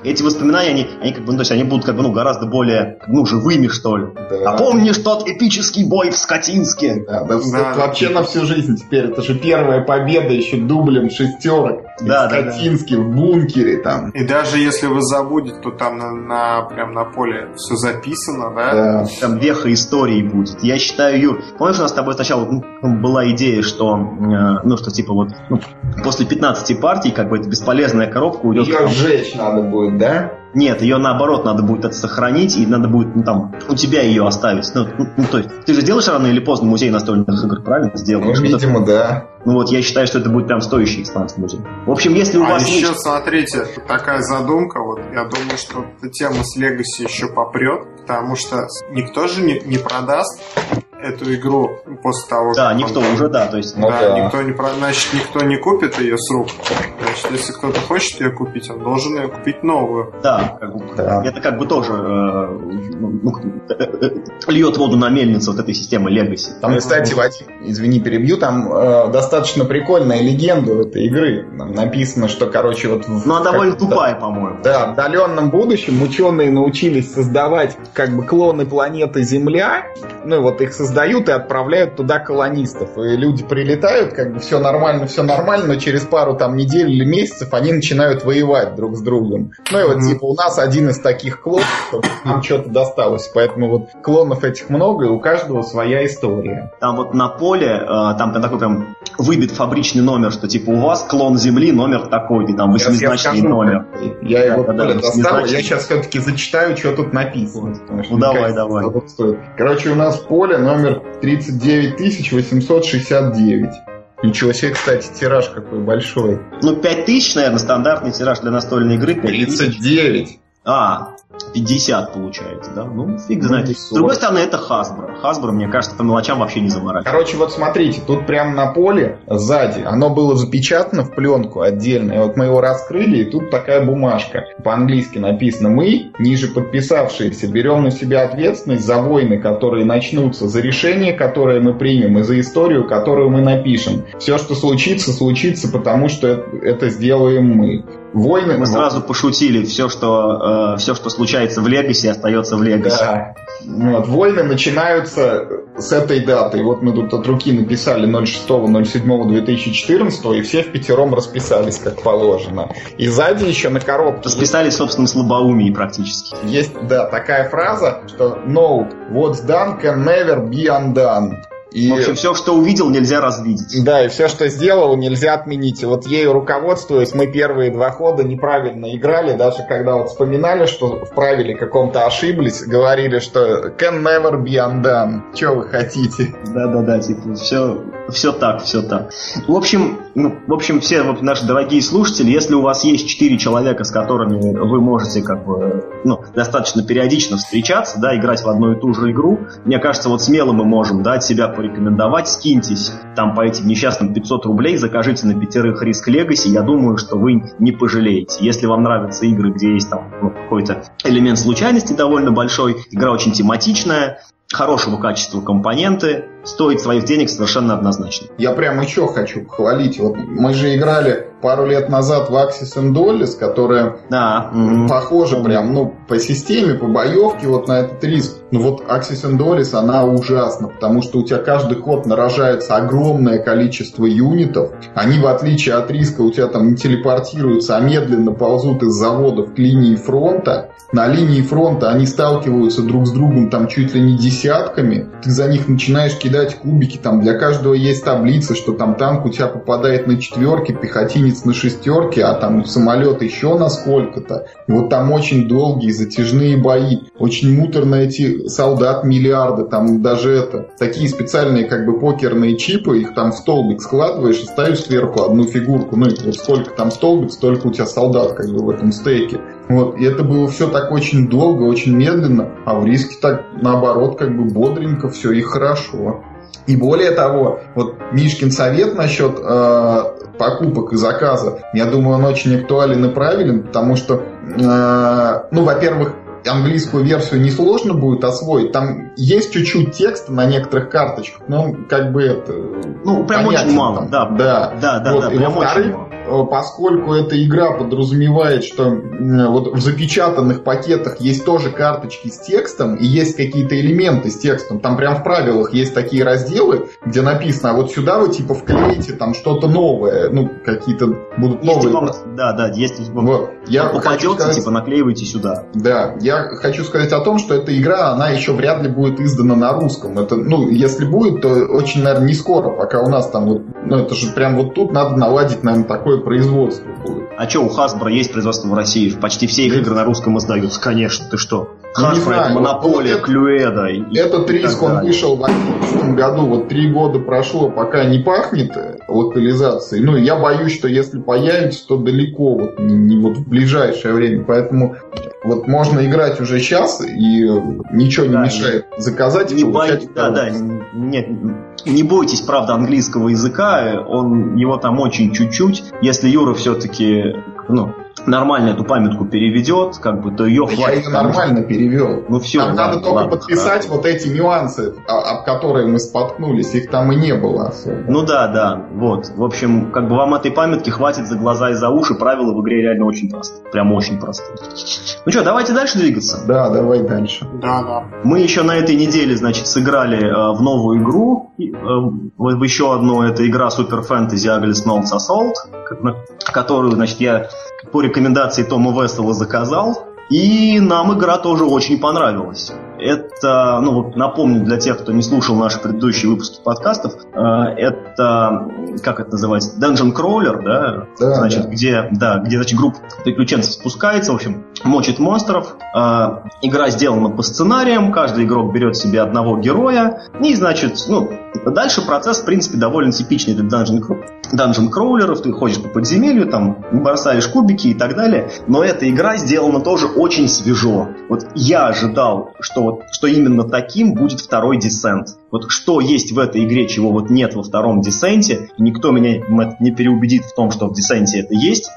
эти воспоминания, они, они как бы, ну, то есть они будут как бы, ну, гораздо более, ну, живыми, что ли. Да. А помнишь тот эпический бой в Скатинске? Да, да, да, вообще на всю жизнь теперь. Это же первая победа еще дублем шестерок. Да, в Скатинске, да, да. В бункере там. И даже если вы забудете, то там на, на, прям на поле все записано, да? Да. Там веха истории будет. Я считаю, Юр, помнишь, у нас с тобой сначала ну, была идея, что, э, ну, что типа вот ну, после пятнадцати партий, как бы, это бесполезная коробка уйдет. Ее сжечь надо будет, да? Нет, ее наоборот надо будет это сохранить, и надо будет, ну, там, у тебя ее оставить. Ну, ну, ну, то есть, ты же сделаешь рано или поздно музей настольных игр, правильно? Сделаешь? Ну, видимо, это... да. Ну вот, я считаю, что это будет прям стоящий экспонат в музее. В общем, если у а вас еще, есть... смотрите, такая задумка, вот, я думаю, что эта тема с Legacy еще попрет, потому что никто же не, не продаст эту игру после того, да, как никто он... уже, да, то есть... Да, да. Никто не про... значит, никто не купит ее с рук. Значит, если кто-то хочет ее купить, он должен ее купить новую. Да, как бы, да. Это как бы тоже э, ну, э, э, льет воду на мельницу вот этой системы Legacy. Там, кстати, Вадим, извини, перебью, там э, достаточно прикольная легенда у этой игры. Там написано, что, короче, вот... В, ну, она довольно как, тупая, да, по-моему. Да, в отдаленном будущем ученые научились создавать как бы клоны планеты Земля, ну, вот их создают и отправляют туда колонистов. И люди прилетают, как бы все нормально, все нормально, но через пару там недель или месяцев они начинают воевать друг с другом. Ну и вот типа у нас один из таких клонов, нам что-то досталось. Поэтому вот клонов этих много, и у каждого своя история. Там вот на поле, э, там такой прям выбит фабричный номер, что типа у вас клон Земли номер такой, там восьмизначный номер. Я его да, поле да, достал, я сейчас все-таки зачитаю, что тут написано. Ну давай, давай. Короче, у нас поле номер тридцать девять тысяч восемьсот шестьдесят девять. Ничего себе, кстати, тираж какой большой. Ну, пять тысяч, наверное, стандартный тираж для настольной игры. тридцать девять. А, пятьдесят получается, да? Ну, фиг знает. С другой стороны, это Hasbro. Hasbro, мне кажется, по мелочам вообще не заморачивается. Короче, вот смотрите, тут прямо на поле сзади, оно было запечатано в пленку отдельно, и вот мы его раскрыли, и тут такая бумажка. По-английски написано: мы, ниже подписавшиеся, берем на себя ответственность за войны, которые начнутся, за решение, которое мы примем, и за историю, которую мы напишем. Все, что случится, случится, потому что это сделаем мы. Войны... Мы сразу пошутили, все, что, э, все, что случается в Legacy, остается в Legacy. Да. Вот. Войны начинаются с этой даты. Вот мы тут от руки написали ноль шестого ноль седьмого две тысячи четырнадцатого, и все впятером расписались, как положено. И сзади еще на коробке... Расписались в собственном слабоумии практически. Есть, да, такая фраза, что «Note, what's done can never be undone». И... В общем, все, что увидел, нельзя развидеть. Да, и все, что сделал, нельзя отменить. И вот ею руководствуясь, мы первые два хода неправильно играли, даже когда вот вспоминали, что в правиле каком-то ошиблись, говорили, что can never be undone. Че вы хотите? Да-да-да, типа, все, все так, все так. В общем, ну, в общем, все вот, наши дорогие слушатели, если у вас есть четыре человека, с которыми вы можете как бы, ну, достаточно периодично встречаться, да, играть в одну и ту же игру, мне кажется, вот смело мы можем дать себя порекомендовать, скиньтесь там по этим несчастным пятьсот рублей, закажите на пятерых Risk Legacy, я думаю, что вы не пожалеете. Если вам нравятся игры, где есть там ну, какой-то элемент случайности довольно большой, игра очень тематичная, хорошего качества компоненты, стоит своих денег совершенно однозначно. Я прям еще хочу похвалить. Вот мы же играли пару лет назад в Axis and Allies, которая да. похожа прям, ну, по системе, по боевке вот на этот риск. Ну вот Axis and Allies, она ужасна, потому что у тебя каждый ход нарожается огромное количество юнитов. Они, в отличие от риска, у тебя там не телепортируются, а медленно ползут из заводов к линии фронта. На линии фронта они сталкиваются друг с другом там чуть ли не десятками. Ты за них начинаешь кидать кубики. Там для каждого есть таблица, что там танк у тебя попадает на четверки, пехотинец на шестерки, а там самолет еще на сколько-то. И вот там очень долгие затяжные бои. Очень муторно эти солдат миллиарды. Там даже это такие специальные как бы покерные чипы. Их там в столбик складываешь и ставишь сверху одну фигурку. Ну и вот сколько там столбик, столько у тебя солдат как бы в этом стейке. Вот, и это было все так очень долго, очень медленно, а в риске так наоборот как бы бодренько все и хорошо. И более того, вот Мишкин совет насчет э, покупок и заказа, я думаю, он очень актуален и правилен, потому что, э, ну, во-первых, английскую версию несложно будет освоить. Там есть чуть-чуть текста на некоторых карточках, но как бы это... Ну, прям понятен, очень мало, там. да. Да, да, да, вот. да, И прям во-вторых, очень мало. поскольку эта игра подразумевает, что вот в запечатанных пакетах есть тоже карточки с текстом и есть какие-то элементы с текстом, там прям в правилах есть такие разделы, где написано, а вот сюда вы типа вклеите там что-то новое, ну, какие-то будут новые. Есть, типа, да, да, есть. Вот. Я попадете, сказать, типа, наклеивайте сюда. Да, я хочу сказать о том, что эта игра, она еще вряд ли будет издана на русском. Это, ну, если будет, то очень, наверное, не скоро, пока у нас там вот, ну, это же прям вот тут надо наладить, наверное, такое производство будет. А что, у Hasbro есть производство в России? Почти все их игры на русском издаются, конечно, ты что? Hasbro, это Монополия, вот Клюэда. И, этот и риск, он вышел в две тысячи одиннадцатом году, вот три года прошло, пока не пахнет локализацией. Ну, я боюсь, что если появится, то далеко, вот, не, не вот в ближайшее время. Поэтому вот можно играть уже сейчас, и ничего не да, мешает не, заказать не и получать. Да, да, нет, не бойтесь, правда, английского языка, он, его там очень чуть-чуть. Если Юра все-таки, ну, нормально эту памятку переведет, как бы, то ее хватит. Я ее нормально перевел. Ну все, нам ладно, надо только ладно, подписать хорошо. Вот эти нюансы, об которые мы споткнулись, их там и не было особо. Ну да, да, вот. В общем, как бы вам этой памятки хватит за глаза и за уши, правила в игре реально очень простые, прям очень простые. Ну что, давайте дальше двигаться? Да, давай дальше. Да, да. Мы еще на этой неделе, значит, сыграли э, в новую игру, э, в еще одну, это игра Super Fantasy Ugly Smells Assault, которую, значит, я по рекомендации Тома Вессела заказал, и нам игра тоже очень понравилась. Это, ну вот напомню для тех, кто не слушал наши предыдущие выпуски подкастов, э, это, как это называется, Dungeon Crawler, да, да значит, да. где, да, где, значит, группа приключенцев спускается, в общем, мочит монстров. Э, игра сделана по сценариям, каждый игрок берет себе одного героя, и, значит, ну, дальше процесс, в принципе, довольно типичный для Dungeon, Dungeon Crawler'ов, ты ходишь по подземелью, там, бросаешь кубики и так далее, но эта игра сделана тоже очень свежо. Вот я ожидал, что Вот, что именно таким будет второй Descent. Вот что есть в этой игре, чего вот нет во втором Descent, и никто меня не переубедит в том, что в Descent это есть.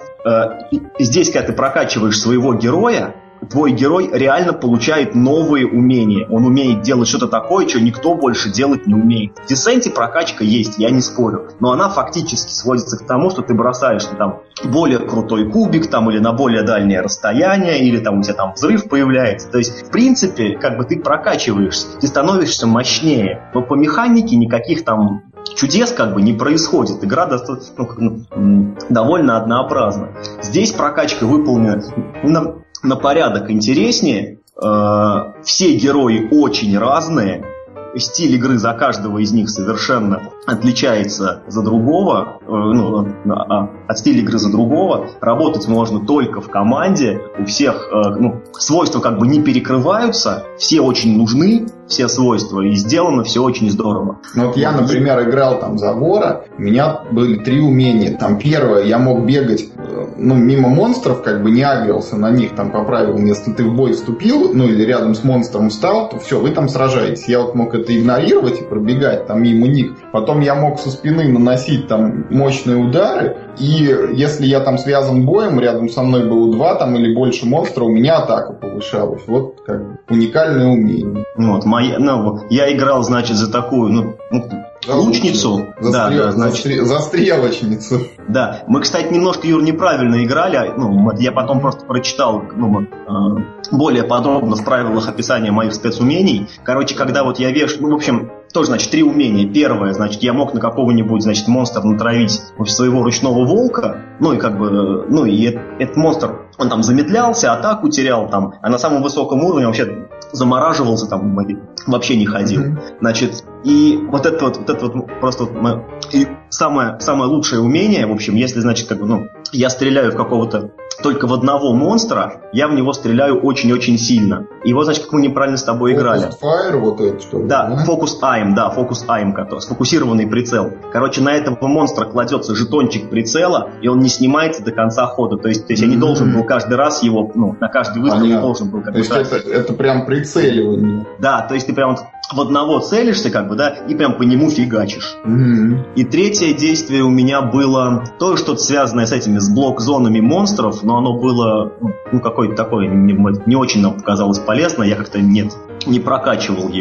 И здесь, когда ты прокачиваешь своего героя, твой герой реально получает новые умения. Он умеет делать что-то такое, что никто больше делать не умеет. В Descent прокачка есть, я не спорю. Но она фактически сводится к тому, что ты бросаешь там более крутой кубик там, или на более дальнее расстояние, или там у тебя там взрыв появляется. То есть, в принципе, как бы ты прокачиваешься, ты становишься мощнее. Но по механике никаких там чудес как бы не происходит. Игра достаточно, ну, довольно однообразна. Здесь прокачка выполнена на, на порядок интереснее. Э, все герои очень разные. Стиль игры за каждого из них совершенно отличается за другого, э, ну, а, от стиля игры за другого. Работать можно только в команде. У всех э, ну, свойства как бы не перекрываются. Все очень нужны, все свойства, и сделано все очень здорово. Ну, вот я, например, играл там за вора, у меня были три умения. Там первое, я мог бегать ну, мимо монстров, как бы не агрился на них, там по правилам, если ты в бой вступил, ну или рядом с монстром встал, то все, вы там сражаетесь. Я вот мог это игнорировать и пробегать там мимо них. Потом я мог со спины наносить там мощные удары, и если я там связан боем, рядом со мной было два там или больше монстра, у меня атака повышалась. Вот как бы уникальное умение. Вот, моя, ну, я играл, значит, за такую, ну, за лучницу. За, да, стрел, да, значит, за, за стрелочницу. Да, мы, кстати, немножко, Юр, неправильно играли. Ну, я потом просто прочитал ну, более подробно в правилах описания моих спецумений. Короче, когда вот я вешаю, ну, в общем, тоже, значит, три умения. Первое, значит, я мог на какого-нибудь, значит, монстра натравить своего ручного волка, ну и как бы, ну и этот, этот монстр, он там замедлялся, атаку терял там, а на самом высоком уровне вообще замораживался там, вообще не ходил. Mm-hmm. Значит, и вот это вот, вот это вот просто вот, и самое, самое лучшее умение, в общем, если, значит, как бы, ну, я стреляю в какого-то только в одного монстра, я в него стреляю очень-очень сильно. Его, значит, как мы неправильно с тобой играли. Focus Fire, вот это что ли? Да, Focus Aim, да, Focus Aim, который, сфокусированный прицел. Короче, на этого монстра кладется жетончик прицела, и он не снимается до конца хода. То есть, то есть mm-hmm. я не должен был каждый раз его, ну, на каждый выстрел не должен был как бы. То есть это, это прям прицеливание. Да, то есть ты прям вот в одного целишься, как бы, да, и прям по нему фигачишь. Mm-hmm. И третье действие у меня было тоже что-то связанное с этими, с блок-зонами монстров, но оно было, ну, какое-то такое, не, не очень нам показалось полезно, я как-то нет, не прокачивал его.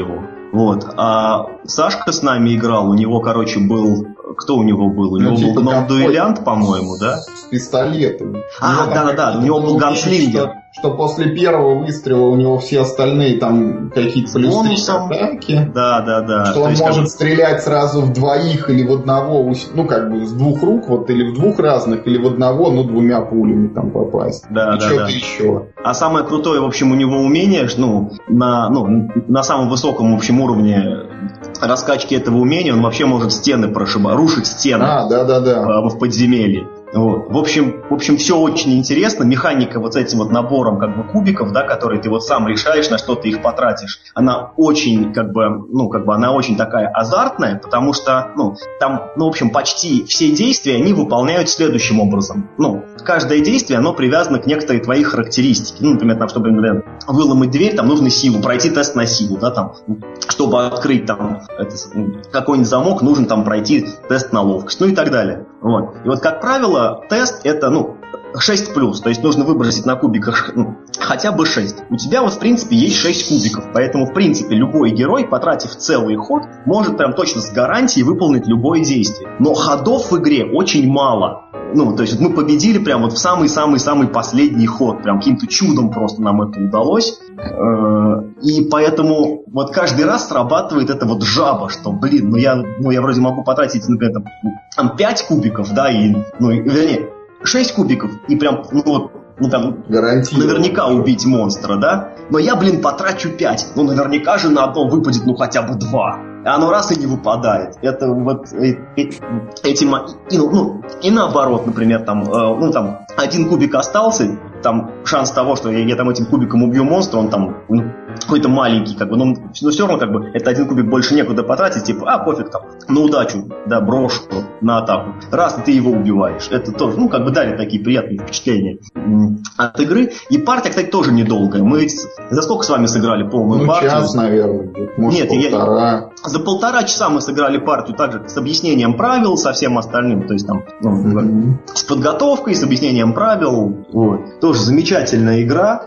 Вот. А Сашка с нами играл, у него, короче, был... Кто у него был? У него ну, типа был гном-дуэлянт, по-моему, да? С пистолетом. А, да-да-да, у него был ганслингер. Что, что после первого выстрела у него все остальные там какие-то плюс три атаки. Да-да-да. Что он может как... стрелять сразу в двоих или в одного, ну как бы с двух рук, вот или в двух разных, или в одного, ну двумя пулями там попасть. Да, и да, что-то да. еще. А самое крутое, в общем, у него умение, ну, на, ну, на самом высоком, в общем, уровне раскачки этого умения, он вообще может стены прошибать, рушить стены а, да, да, да. в подземелье. Вот. В общем, в общем, все очень интересно. Механика вот с этим вот набором как бы кубиков, да, которые ты вот сам решаешь, на что ты их потратишь, она очень как бы, ну, как бы она очень такая азартная, потому что, ну, там, ну, в общем, почти все действия, они выполняют следующим образом. Ну, каждое действие, оно привязано к некоторой твоей характеристике. Ну, например, там, чтобы, например, выломать дверь, там нужно силу, пройти тест на силу, да, там, чтобы открыть там это, какой-нибудь замок, нужно там пройти тест на ловкость, ну и так далее. Вот. И вот, как правило, тест это, ну, шесть плюс, то есть нужно выбросить на кубиках ну, хотя бы шесть. У тебя вот в принципе есть шесть кубиков, поэтому в принципе любой герой, потратив целый ход, может прям точно с гарантией выполнить любое действие. Но ходов в игре очень мало. Ну, то есть мы победили прям вот в самый-самый-самый последний ход, прям каким-то чудом просто нам это удалось. И поэтому вот каждый раз срабатывает это вот жаба, что, блин, ну я, ну я вроде могу потратить, например, там, там пять кубиков, да, и, ну, вернее, шесть кубиков, и прям, ну вот, ну там, наверняка убить монстра, да, но я, блин, потрачу пять, ну наверняка же на одном выпадет, ну хотя бы два. А оно раз и не выпадает. Это вот этим и, ну, и наоборот, например, там, ну там один кубик остался, там шанс того, что я, я там этим кубиком убью монстра, он там ну, какой-то маленький, как бы, но, но все равно как бы это один кубик больше некуда потратить, типа, а пофиг там, на удачу, да, брошу на атаку. Раз и ты его убиваешь. Это тоже, ну как бы дали такие приятные впечатления от игры. И партия, кстати, тоже недолгая. Мы за сколько с вами сыграли полную ну, партию? Час, наверное. Может, Нет, полтора. Я... За полтора часа мы сыграли партию также с объяснением правил, со всем остальным, то есть там ну, mm-hmm. с подготовкой, с объяснением правил. Вот. Тоже замечательная игра.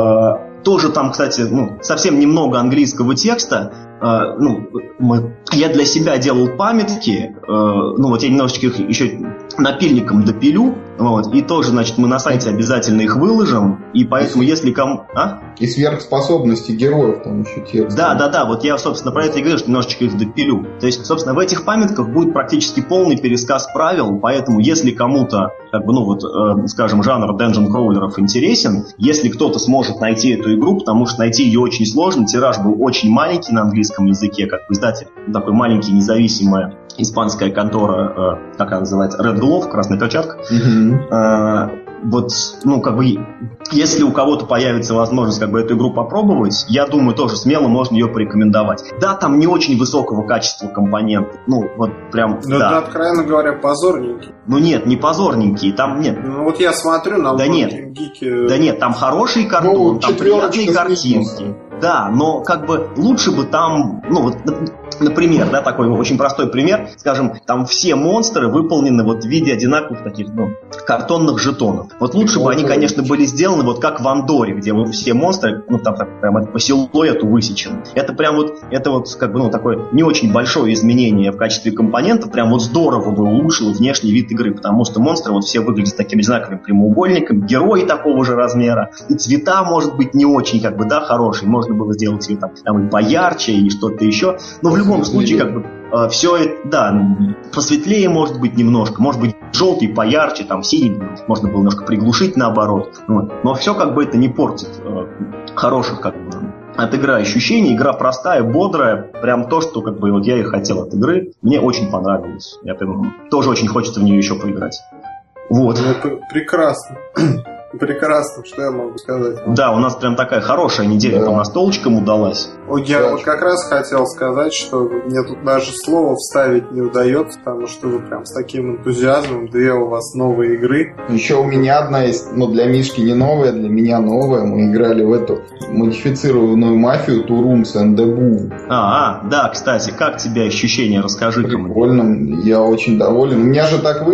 Э, тоже там, кстати, ну, совсем немного английского текста. Э, ну, мы, я для себя делал памятки. Э, ну вот я немножечко их еще напильником допилю. Вот, и тоже, значит, мы на сайте обязательно их выложим. И поэтому, и если кому... А? И сверхспособности героев там еще текст. Да, да, да. Вот я, собственно, про это и говорю, что немножечко их допилю. То есть, собственно, в этих памятках будет практически полный пересказ правил. Поэтому, если кому-то, как бы, ну вот, э, скажем, жанр Dungeon Crawler'ов интересен, если кто-то сможет найти эту игру, потому что найти ее очень сложно, тираж был очень маленький на английском языке, как бы издатель, такой маленький, независимая испанская контора, э, как она называется, Red Glove, красная перчатка. Mm-hmm. Э, вот, ну, как бы, если у кого-то появится возможность как бы эту игру попробовать, я думаю, тоже смело можно ее порекомендовать. Да, там не очень высокого качества компоненты. Ну, вот прям, ну, да. это, откровенно говоря, позорненький. Ну, нет, не позорненькие, там нет. Ну, вот я смотрю на да нет. гики... Да нет, там хороший картон, ну, там приятные картинки. Да, но как бы лучше бы там, ну вот, например, да, такой очень простой пример, скажем, там все монстры выполнены вот в виде одинаковых таких, ну, картонных жетонов. Вот лучше бы они, конечно, были сделаны вот как в Андоре, где вот все монстры, ну, там так, прям по силуэту высечены. Это прям вот, это вот, как бы, ну, такое не очень большое изменение в качестве компонентов, прям вот здорово бы улучшило внешний вид игры, потому что монстры вот все выглядят таким одинаковым прямоугольником, герои такого же размера, и цвета, может быть, не очень, как бы, да, хорошие, можно было сделать ее там, там и поярче, и что-то еще, но в любом случае, как бы, э, все это, да, посветлее может быть немножко, может быть желтый поярче, там синий, можно было немножко приглушить наоборот, вот. Но все как бы это не портит э, хороших как бы от игры ощущений. Игра простая, бодрая, прям то, что как бы вот я и хотел от игры. Мне очень понравилось, я прям, тоже очень хочется в нее еще поиграть. Вот. Это прекрасно. Прекрасно, что я могу сказать. Да, у нас прям такая хорошая неделя да. по настолочкам удалась. Я да. вот как раз хотел сказать, что мне тут даже слова вставить не удается, потому что вы прям с таким энтузиазмом, две у вас новые игры. Еще у меня одна есть, но для Мишки не новая, для меня новая. Мы играли в эту модифицированную мафию Two Rooms and a Boom. А, а, да, кстати, как тебе ощущения? Расскажи-ка мне. Прикольно, я очень доволен. У меня же так вышло,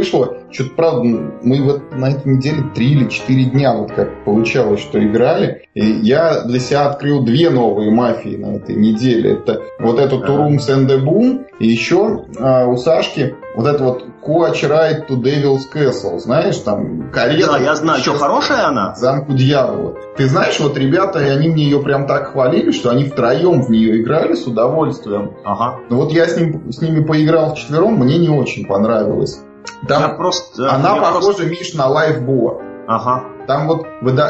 что-то, правда, мы вот на этой неделе три или четыре дня вот как получалось, что играли. И я для себя открыл две новые мафии на этой неделе. Это вот эту Turums and the Boom, и еще а, у Сашки вот это вот Coach Ride to Devil's Castle. Знаешь, там карета... Да, я знаю. Что, хорошая она? Замку дьявола. Ты знаешь, вот ребята, и они мне ее прям так хвалили, что они втроем в нее играли с удовольствием. Ага. Но вот я с, ним, с ними поиграл вчетвером, мне не очень понравилось. Там, я просто, она я похожа, просто... Миш, на лайфбо. Ага. Там вот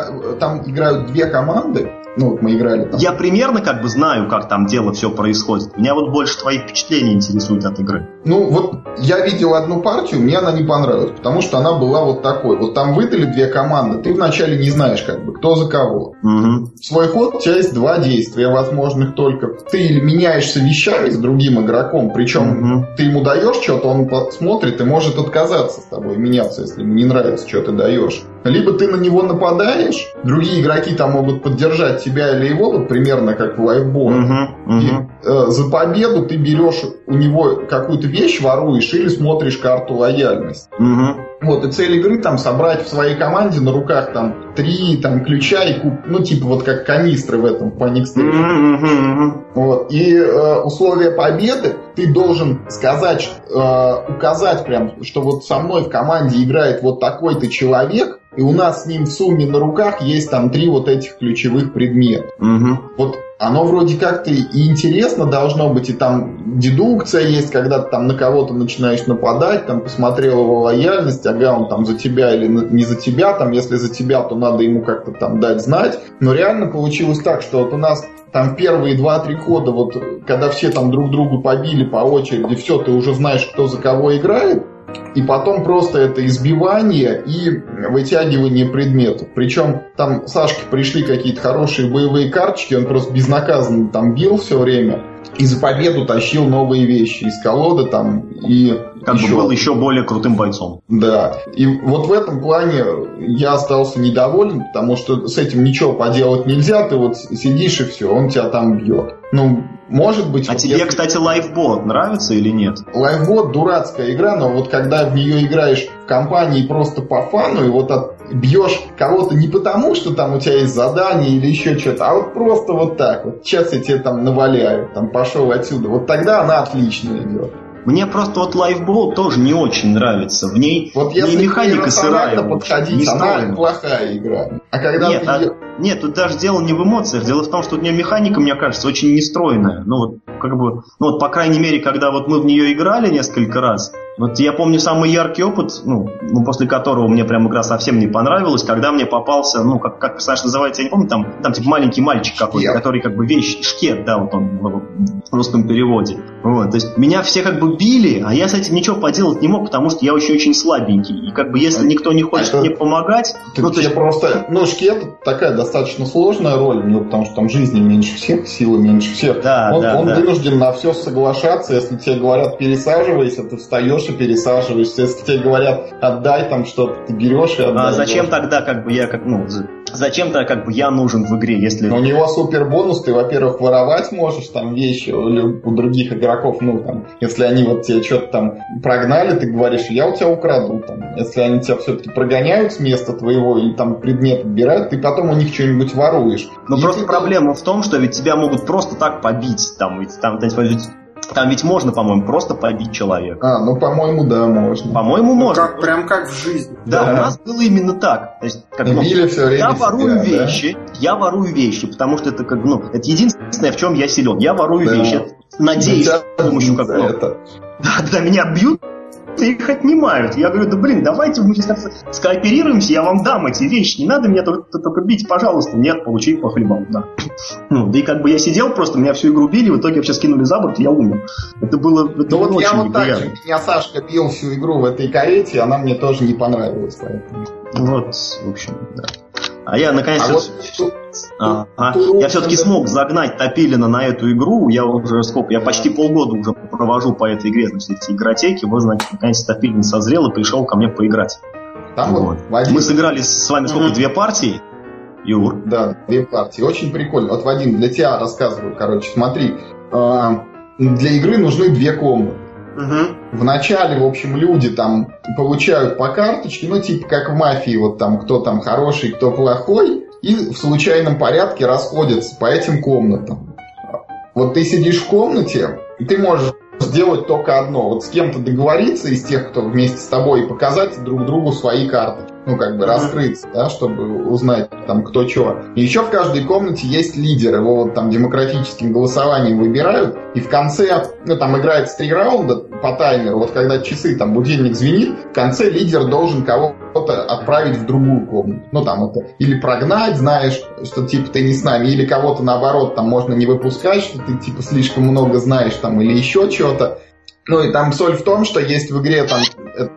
там играют две команды. Ну, вот мы играли там. Я примерно как бы знаю, как там дело все происходит. Меня вот больше твои впечатления интересуют от игры. Ну, вот я видел одну партию, мне она не понравилась, потому что она была вот такой. Вот там выдали две команды, ты вначале не знаешь, как бы, кто за кого. Угу. В свой ход у тебя есть два действия возможных только. Ты или меняешься вещами с другим игроком, причем угу. ты ему даешь что-то, он смотрит и может отказаться с тобой меняться, если ему не нравится, что ты даешь. Либо ты на него нападаешь, другие игроки там могут поддержать тебя или его, вот примерно как в лайфбол. Uh-huh, uh-huh. И э, за победу ты берешь у него какую-то вещь, воруешь или смотришь карту лояльности. Uh-huh. Вот, и цель игры там собрать в своей команде на руках там три там, ключа и куб, ну типа вот как канистры в этом Panic Station. Uh-huh, uh-huh. Вот. И э, условия победы ты должен сказать, э, указать прям, что вот со мной в команде играет вот такой-то человек, и у нас с ним в сумме на руках есть там три вот этих ключевых предмета. Угу. Вот оно вроде как-то и интересно должно быть, и там дедукция есть, когда ты там на кого-то начинаешь нападать, там посмотрел его лояльность, ага, он там за тебя или не за тебя, там если за тебя, то надо ему как-то там дать знать. Но реально получилось так, что вот у нас там первые два-три хода, вот когда все там друг другу побили по очереди, все, ты уже знаешь, кто за кого играет. И потом просто это избивание и вытягивание предметов. Причем там Сашке пришли какие-то хорошие боевые карточки, он просто безнаказанно там бил все время. И за победу тащил новые вещи из колоды там и как еще... бы был еще более крутым бойцом. Да. И вот в этом плане я остался недоволен, потому что с этим ничего поделать нельзя. Ты вот сидишь и все, он тебя там бьет. Ну, может быть... А вот тебе, если... кстати, лайфбот нравится или нет? Лайфбот дурацкая игра, но вот когда в нее играешь в компании просто по фану, и вот от... бьешь кого-то не потому, что там у тебя есть задание или еще что-то, а вот просто вот так вот. Сейчас я тебе там наваляю, там пошел отсюда. Вот тогда она отлично идет. Мне просто вот лайфбол тоже не очень нравится. В ней, вот в ней механика сырая. Подходить, она плохая игра. А когда нет, ты а, ее... нет, тут даже дело не в эмоциях. Дело в том, что у нее механика, мне кажется, очень нестройная. Ну вот, как бы, ну вот, по крайней мере, когда вот мы в нее играли несколько раз, вот я помню самый яркий опыт, ну, ну после которого мне прям игра совсем не понравилась, когда мне попался, ну, как, как персонаж называется, я не помню, там, там типа маленький мальчик какой-то, который как бы вещь, шкет, да, вот он в русском переводе. Вот, то есть меня все как бы били, а я с этим ничего поделать не мог, потому что я очень-очень слабенький. И как бы если никто не хочет это... мне помогать... Ты, ну, то есть... просто... Ну, шкет такая достаточно сложная роль, ну, потому что там жизни меньше всех, силы меньше всех. Да, он да, он да. вынужден на все соглашаться. Если тебе говорят пересаживайся, ты встаешь и пересаживаешься. Если тебе говорят отдай там что-то, ты берешь и отдаешь. А зачем тогда как бы я как, ну, зачем-то как бы я нужен в игре, если... Но у него супер бонус, ты, во-первых, воровать можешь там вещи у других игроков, ну, там, если они вот тебе что-то там прогнали, ты говоришь, я у тебя украду, там, если они тебя все-таки прогоняют с места твоего или там предмет отбирают, ты потом у них что-нибудь воруешь. Но и просто ты... проблема в том, что ведь тебя могут просто так побить, там, ведь, там, там, там ведь можно, по-моему, просто побить человека. А, ну, по-моему, да, можно. По-моему, ну, можно. Как, прям как в жизни. Да, да, у нас было именно так. То есть, как, ну, все время я ворую себя, вещи, да? я ворую вещи, потому что это как, ну, это единственное, в чем я силен. Я ворую да. вещи. Надеюсь, с помощью как, ну, это. Да, когда меня бьют, их отнимают. Я говорю, да блин, давайте мы сейчас скооперируемся, я вам дам эти вещи. Не надо меня только, только бить, пожалуйста. Нет, получи по хлебам, да. Ну, да и как бы я сидел просто, меня всю игру били, в итоге вообще скинули за борт, и я умер. Это было, это ну, было вот очень я вот так неприятно. же, меня Сашка бил всю игру в этой карете, она мне тоже не понравилась, поэтому. Вот, в общем, да. А я наконец а вот, а, а, я все-таки смог загнать Топилина на эту игру. Я уже сколько, я почти полгода уже провожу по этой игре, значит, эти игротеки. Вот, значит, наконец Топилин созрел и пришел ко мне поиграть. Там вот. Вот. Мы сыграли с вами сколько, mm-hmm. две партии, Юр? Да, две партии. Очень прикольно. Вот, Вадим, для тебя рассказываю, короче, смотри. Э, для игры нужны две комнаты. Угу. Вначале, в общем, люди там получают по карточке, ну, типа как в мафии, вот там, кто там хороший, кто плохой, и в случайном порядке расходятся по этим комнатам. Вот ты сидишь в комнате, и ты можешь сделать только одно. Вот с кем-то договориться из тех, кто вместе с тобой, и показать друг другу свои карты. Ну, как бы раскрыться, да, чтобы узнать, там, кто чего. И еще в каждой комнате есть лидер. Его вот там демократическим голосованием выбирают. И в конце, ну, там играется три раунда по таймеру. Вот когда часы, там, будильник звенит, в конце лидер должен кого-то отправить в другую комнату. Ну, там, это или прогнать, знаешь, что, типа, ты не с нами, или кого-то, наоборот, там, можно не выпускать, что ты, типа, слишком много знаешь, там, или еще что-то. Ну, и там соль в том, что есть в игре там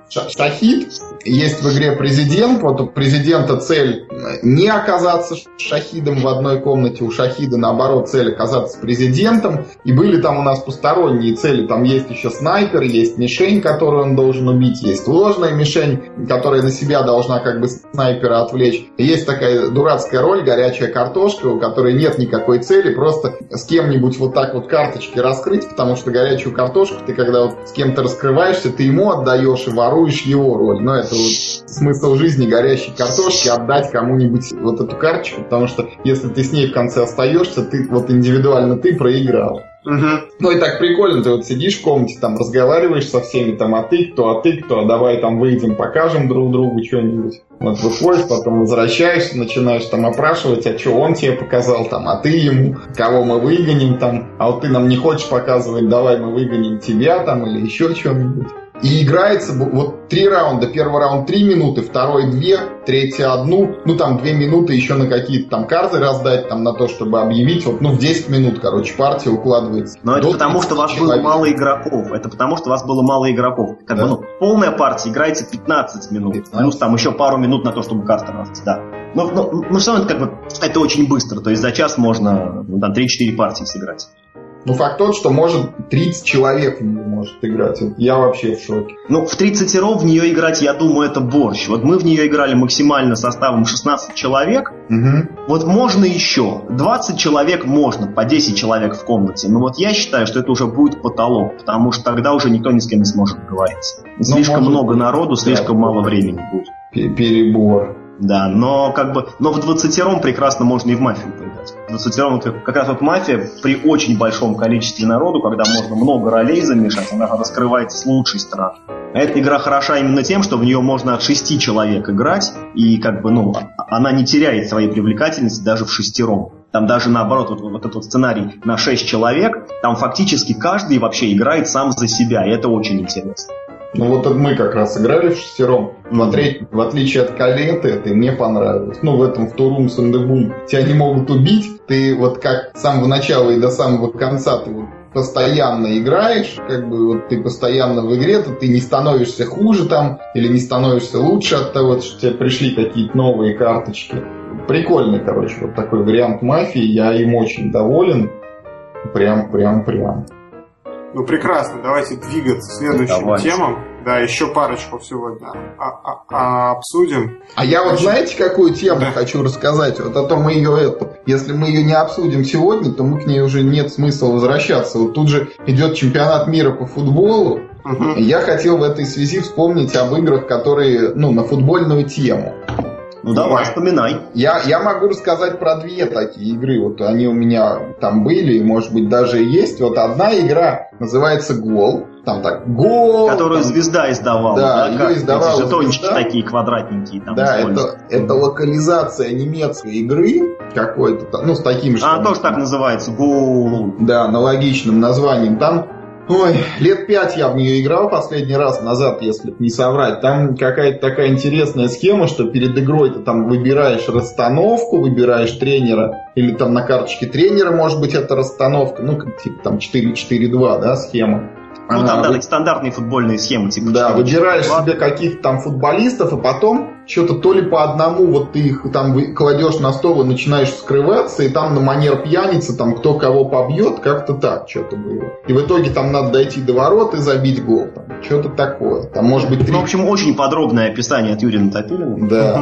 шахид, есть в игре президент. Вот у президента цель не оказаться шахидом в одной комнате, у шахида, наоборот, цель оказаться президентом. И были там у нас посторонние цели, там есть еще снайпер, есть мишень, которую он должен убить, есть ложная мишень, которая на себя должна как бы снайпера отвлечь. И есть такая дурацкая роль, горячая картошка, у которой нет никакой цели, просто с кем-нибудь вот так вот карточки раскрыть, потому что горячую картошку ты когда вот с кем-то раскрываешься, ты ему отдаешь и воруешь его роль. Но это вот смысл жизни горящей картошки — отдать кому-нибудь вот эту карточку, потому что если ты с ней в конце остаешься, ты вот индивидуально ты проиграл. Угу. Ну и так прикольно, ты вот сидишь в комнате, там разговариваешь со всеми, там, а ты кто, а ты кто, а давай там выйдем, покажем друг другу что-нибудь. Вот выходишь, потом возвращаешься, начинаешь там опрашивать, а что он тебе показал, там, а ты ему, кого мы выгоним, там, а вот ты нам не хочешь показывать, давай мы выгоним тебя, там, или еще что-нибудь. И играется вот три раунда. Первый раунд три минуты, второй две, третий одну. Ну, там две минуты еще на какие-то там карты раздать, там на то, чтобы объявить. Вот, ну, в десять минут, короче, партия укладывается. Но это потому, что у вас человек. было мало игроков. Это потому, что у вас было мало игроков. Как да? бы, ну, полная партия играется пятнадцать минут. пятнадцать. Плюс там еще пару минут на то, чтобы карты раздать. Да. Но, но, но все равно это, как бы, это очень быстро. То есть за час можно ну, там три-четыре партии сыграть. Ну, факт тот, что может тридцать человек в нее может играть. Вот я вообще в шоке. Ну, в тридцатером в нее играть, я думаю, это борщ. Вот мы в нее играли максимально составом шестнадцать человек. Угу. Вот можно еще. двадцать человек можно, по десять человек в комнате. Но вот я считаю, что это уже будет потолок, потому что тогда уже никто ни с кем не сможет договориться. Слишком может, много народу, слишком да, мало времени будет. Перебор. Да, но как бы, но в двадцатером прекрасно можно и в мафию поиграть. В двадцатером как раз вот мафия при очень большом количестве народу, когда можно много ролей замешать, она раскрывается с лучшей стороны. А эта игра хороша именно тем, что в нее можно от шести человек играть, и как бы, ну, она не теряет своей привлекательности даже в шестером. Там даже наоборот, вот, вот этот вот сценарий на шесть человек, там фактически каждый вообще играет сам за себя, и это очень интересно. Ну вот мы как раз играли в шестером. Смотреть, в отличие от Калеты, это мне понравилось. Ну в этом в Турум Сандебум тебя не могут убить. Ты вот как с самого начала и до самого конца ты вот постоянно играешь, как бы вот ты постоянно в игре, то ты не становишься хуже там или не становишься лучше от того, что тебе пришли какие-то новые карточки. Прикольный, короче, вот такой вариант мафии. Я им очень доволен. Прям, прям, прям. Ну, прекрасно, давайте двигаться к следующим давайте. темам. Да, еще парочку сегодня а, а, а, обсудим. А я вот, знаете, какую тему да. хочу рассказать? Вот а то мы ее, это, если мы ее не обсудим сегодня, то мы к ней уже нет смысла возвращаться. Вот тут же идет чемпионат мира по футболу. Угу. И я хотел в этой связи вспомнить об играх, которые, ну, на футбольную тему. Ну давай, вспоминай. Я, я могу рассказать про две такие игры. Вот они у меня там были, может быть, даже и есть. Вот одна игра называется «Гол». Там так «Гол». Которую там, «Звезда» издавала. Да, да ее издавала эти жетончики такие квадратненькие. Там да, это, это локализация немецкой игры какой-то, ну, с таким же... Она там, тоже так называется, «Гол». Да, аналогичным названием. Там... Ой, лет пять я в нее играл последний раз назад, если не соврать. Там какая-то такая интересная схема, что перед игрой ты там выбираешь расстановку, выбираешь тренера, или там на карточке тренера, может быть, это расстановка, ну, как типа там четыре четыре два, да, схема. Ну, там, а, да, вы... стандартные футбольные схемы, типа да, выбираешь себе каких-то там футболистов, и потом что-то то ли по одному, вот ты их там кладешь на стол и начинаешь скрываться, и там на манер пьяницы, там кто кого побьет, как-то так что-то было. И в итоге там надо дойти до ворот и забить гол. Там, что-то такое. Там может быть три... Ну, в общем, очень подробное описание от Юрия Натопилина. Да.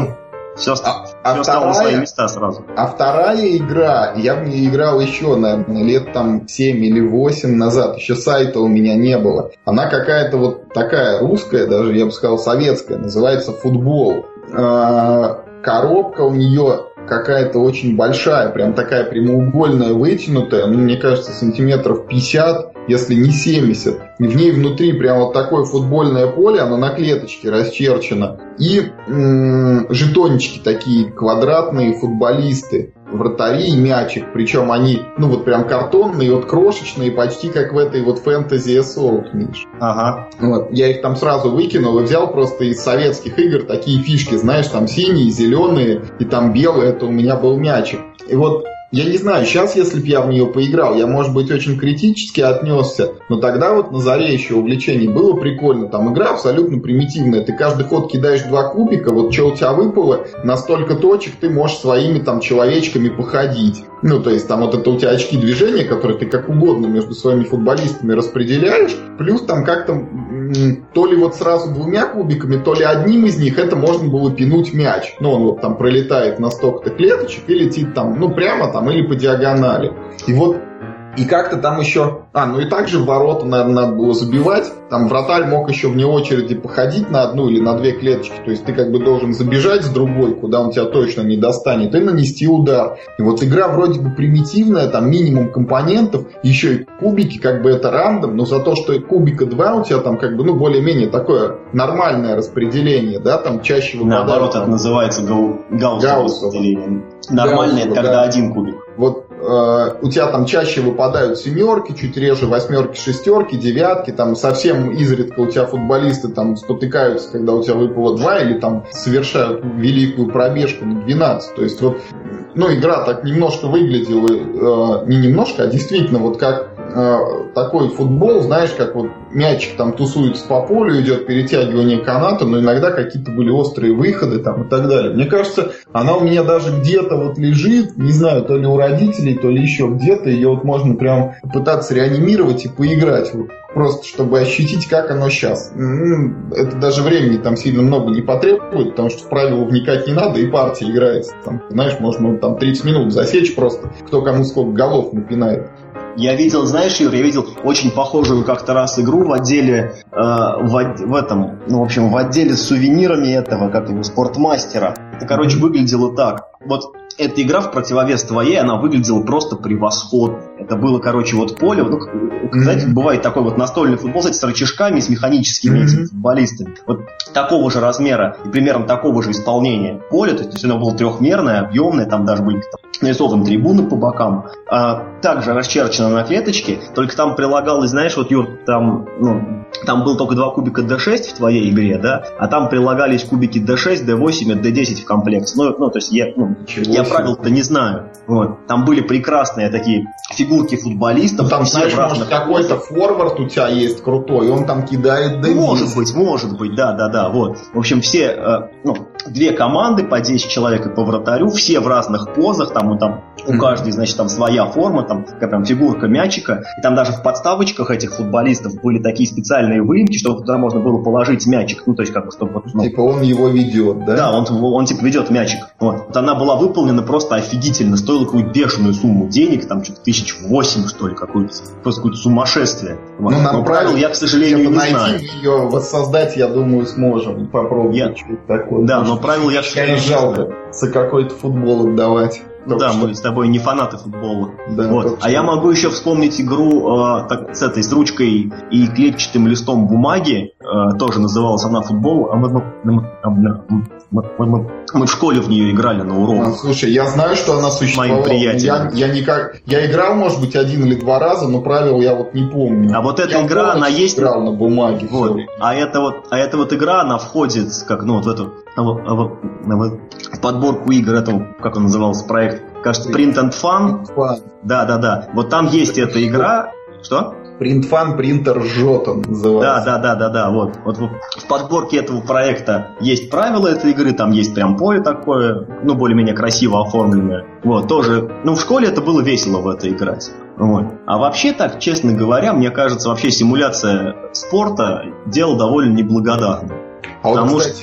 Все, а, все а стало на свои вторая, места сразу. А вторая игра, я в нее играл еще, наверное, лет там семь или восемь назад, еще сайта у меня не было. Она какая-то вот такая русская, даже я бы сказал советская, называется «Футбол». Коробка у нее какая-то очень большая, прям такая прямоугольная, вытянутая, ну, мне кажется, сантиметров пятьдесят, если не семьдесят. И в ней внутри прям вот такое футбольное поле, оно на клеточке расчерчено. И м-м, жетончики такие квадратные, футболисты, вратари и мячик. Причем они, ну вот прям картонные, вот крошечные, почти как в этой вот Fantasy Assault, Миш. Ага. Вот, я их там сразу выкинул и взял просто из советских игр такие фишки, знаешь, там синие, зеленые и там белые, это у меня был мячик. И вот я не знаю, сейчас, если бы я в нее поиграл, я, может быть, очень критически отнесся, но тогда вот на заре еще увлечений было прикольно. Там игра абсолютно примитивная. Ты каждый ход кидаешь два кубика, вот что у тебя выпало, на столько точек ты можешь своими там человечками походить. Ну, то есть там вот это у тебя очки движения, которые ты как угодно между своими футболистами распределяешь, плюс там как-то м- то ли вот сразу двумя кубиками, то ли одним из них это можно было пинуть мяч. Ну, он вот там пролетает на столько-то клеточек и летит там, ну, прямо там или по диагонали. И вот и как-то там еще... А, ну и также в ворота, наверное, надо было забивать. Там вратарь мог еще вне очереди походить на одну или на две клеточки. То есть ты как бы должен забежать с другой, куда он тебя точно не достанет, и нанести удар. И вот игра вроде бы примитивная, там минимум компонентов, еще и кубики, как бы это рандом, но за то, что кубика два у тебя там как бы, ну, более-менее такое нормальное распределение, да, там чаще выпадает... Наоборот, это называется гау... гаусsoво распределение. Нормальное, это когда да. один кубик. Вот э, у тебя там чаще выпадают семерки, чуть реже восьмерки, шестерки, девятки, там совсем изредка у тебя футболисты там спотыкаются, когда у тебя выпало два, или там совершают великую пробежку на двенадцать. То есть вот, ну, игра так немножко выглядела, э, не немножко, а действительно вот как э, такой футбол, знаешь, как вот мячик там тусуется по полю, идет перетягивание каната, но иногда какие-то были острые выходы там и так далее. Мне кажется, она у меня даже где-то вот лежит, не знаю, то ли у родителей, то ли еще где-то, ее вот можно прям попытаться реанимировать и поиграть, вот, просто чтобы ощутить, как оно сейчас. Это даже времени там сильно много не потребует, потому что в правила вникать не надо, и партия играется. Там, знаешь, можно там тридцать минут засечь просто, кто кому сколько голов напинает. Я видел, знаешь, Юр, я видел очень похожую как-то раз игру в отделе, э, в, в этом, ну, в общем, в отделе с сувенирами этого, как его, спортмастера. Это, короче, выглядело так. Вот эта игра в противовес твоей, она выглядела просто превосходно. Это было, короче, вот поле, ну, знаете, mm-hmm. бывает такой вот настольный футбол, кстати, с рычажками, с механическими mm-hmm. этими футболистами. Вот такого же размера и примерно такого же исполнения поле, то есть оно было трехмерное, объемное, там даже были там нарисованы трибуны по бокам, а, также расчерчено на клеточке, только там прилагалось, знаешь, вот, Юр, там, ну, там было только два кубика дэ шесть в твоей игре, да, а там прилагались кубики дэ шесть, дэ восемь и дэ десять в комплекте. Ну, ну то есть я, ну, я правил-то не знаю. Вот. Там были прекрасные такие фигурки футболистов. Ну, там, знаешь, может, какой-то форвард у тебя есть крутой, он там кидает дэ десять. Может быть, может быть, да, да, да. Вот. В общем, все, э, ну, две команды по десять человек и по вратарю, все в разных позах, там, там у каждой, значит, там своя форма, там такая прям фигурка мячика, и там даже в подставочках этих футболистов были такие специальные выемки, чтобы туда можно было положить мячик, ну, то есть, как бы, чтобы... Ну, типа он его ведет, да? Да, он, он, он типа ведет мячик. Вот. Вот она была выполнена просто офигительно, стоила какую-то бешеную сумму денег, там, что-то тысяч восемь, что ли, какое-то, просто какое-то сумасшествие. Вот. Ну, но правил я, к сожалению, не найти знаю. Ее воссоздать, я думаю, сможем. Попробовать я... что-то такое. Да, но правил я, к сожалению, не жалко знаю. За какой-то футбол отдавать. Ну да, что... мы с тобой не фанаты футбола. Да, вот. А я могу еще вспомнить игру э, так, с этой, с ручкой и клетчатым листом бумаги. Э, тоже называлась она «Футбол». А мы, мы, мы, мы, мы, мы в школе в нее играли на уроках. А, слушай, я знаю, что она существовала. Я, я, никак... я играл, может быть, один или два раза, но правил я вот не помню. А вот эта я игра, она есть... играл на бумаге. Вот. А эта вот, а эта вот игра, она входит как, ну, вот в эту... В, в, в подборку игр этого, как он назывался, проект, кажется, Print and Fun. Fun. Да, да, да. Вот там есть эта игра. Что? Print Fun, принтер жжет он называется. Да, да, да, да, да. Вот. Вот в подборке этого проекта есть правила этой игры, там есть прям поле такое, ну, более-менее красиво оформленное. Вот, тоже. Ну, в школе это было весело в это играть. Вот. А вообще так, честно говоря, мне кажется, вообще симуляция спорта дело довольно неблагодарное. А вот, кстати, что... вот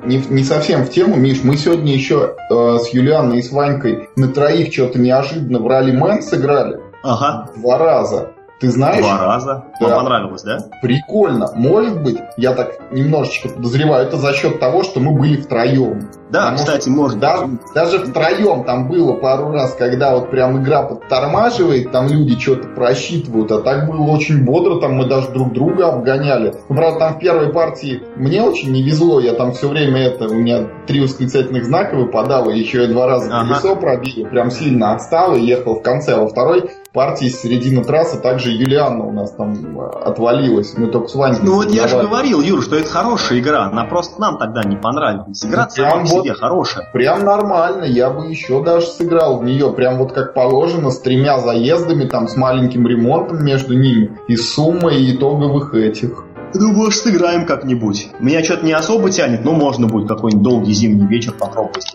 не, не совсем в тему, Миш. Мы сегодня еще э, с Юлианой и с Ванькой на троих что-то неожиданно в ралли-мен сыграли. Ага. Два раза. Ты знаешь? Два раза. Да. Вам понравилось, да? Прикольно. Может быть, я так немножечко подозреваю, это за счет того, что мы были втроем. Да, Потому кстати, что может даже, даже втроем там было пару раз, когда вот прям игра подтормаживает, там люди что-то просчитывают, а так было очень бодро, там мы даже друг друга обгоняли. Ну, правда, там в первой партии мне очень не везло, я там все время это, у меня три восклицательных знака выпадало, еще я два раза ага. колесо пробил, прям сильно отстал и ехал в конце, а во второй партии с середины трассы также Юлианна у нас там отвалилась, мы только с Ванькой. Ну вот я же говорил, Юр, что это хорошая игра, она просто нам тогда не понравилась. Игра ну, сама по себе вот хорошая. Прям нормально, я бы еще даже сыграл в нее, прям вот как положено, с тремя заездами, там с маленьким ремонтом между ними, и суммой итоговых этих. Ну, может, сыграем как-нибудь. Меня что-то не особо тянет, но можно будет какой-нибудь долгий зимний вечер попробовать.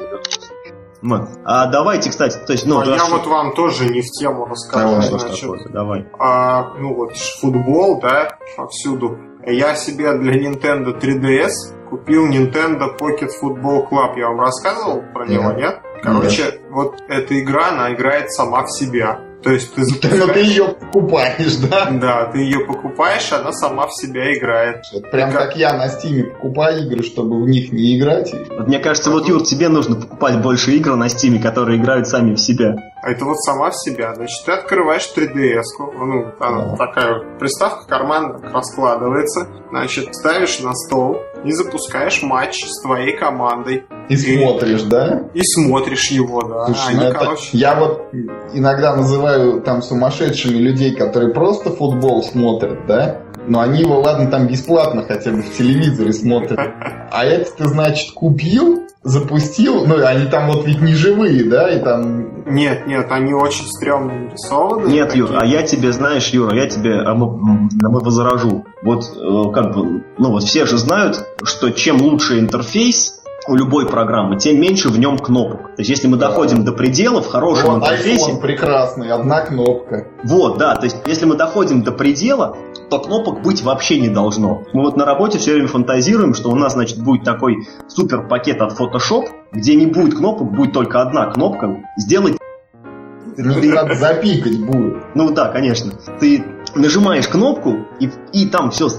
А давайте, кстати, то есть, ну, а я что... вот вам тоже не в тему расскажу. Давай, значит, давай. А, ну вот футбол, да, повсюду. Я себе для Nintendo три ди эс купил Nintendo Pocket Football Club. Я вам рассказывал про yeah. него, нет? Короче, yeah. вот эта игра, она играет сама в себя. То есть ты запускаешь... Но ты ее покупаешь, да? Да, ты ее покупаешь, она сама в себя играет. Это прям как... как я на Стиме покупаю игры, чтобы в них не играть. Вот мне кажется, вот, Юр, тебе нужно покупать больше игр на Стиме, которые играют сами в себя. А это вот сама в себя. Значит, ты открываешь три ди эс-ку, ну, она да. такая приставка, карман раскладывается, значит, ставишь на стол и запускаешь матч с твоей командой. И, и смотришь, да? И смотришь его, да. Слушай, Они, это... короче... Я вот иногда называю там сумасшедшими людей, которые просто футбол смотрят, да? Но они его, ладно, там бесплатно хотя бы в телевизоре смотрят. А это ты, значит, купил, запустил, ну, они там вот ведь не живые, да, и там... Нет, нет, они очень стрёмно нарисованы. Нет, такие. Юр, а я тебе, знаешь, Юра, я тебе а мы, а мы возражу. Вот, как бы, ну, вот все же знают, что чем лучше интерфейс у любой программы, тем меньше в нем кнопок. То есть, если мы да. доходим до предела в хорошем вот интерфейсе... iPhone прекрасный, одна кнопка. Вот, да, то есть, если мы доходим до предела, то кнопок быть вообще не должно. Мы вот на работе все время фантазируем, что у нас, значит, будет такой супер пакет от Photoshop, где не будет кнопок, будет только одна кнопка. Сделать... Ну, ты надо запикать будет. Ну да, конечно. Ты нажимаешь кнопку, и, и там все...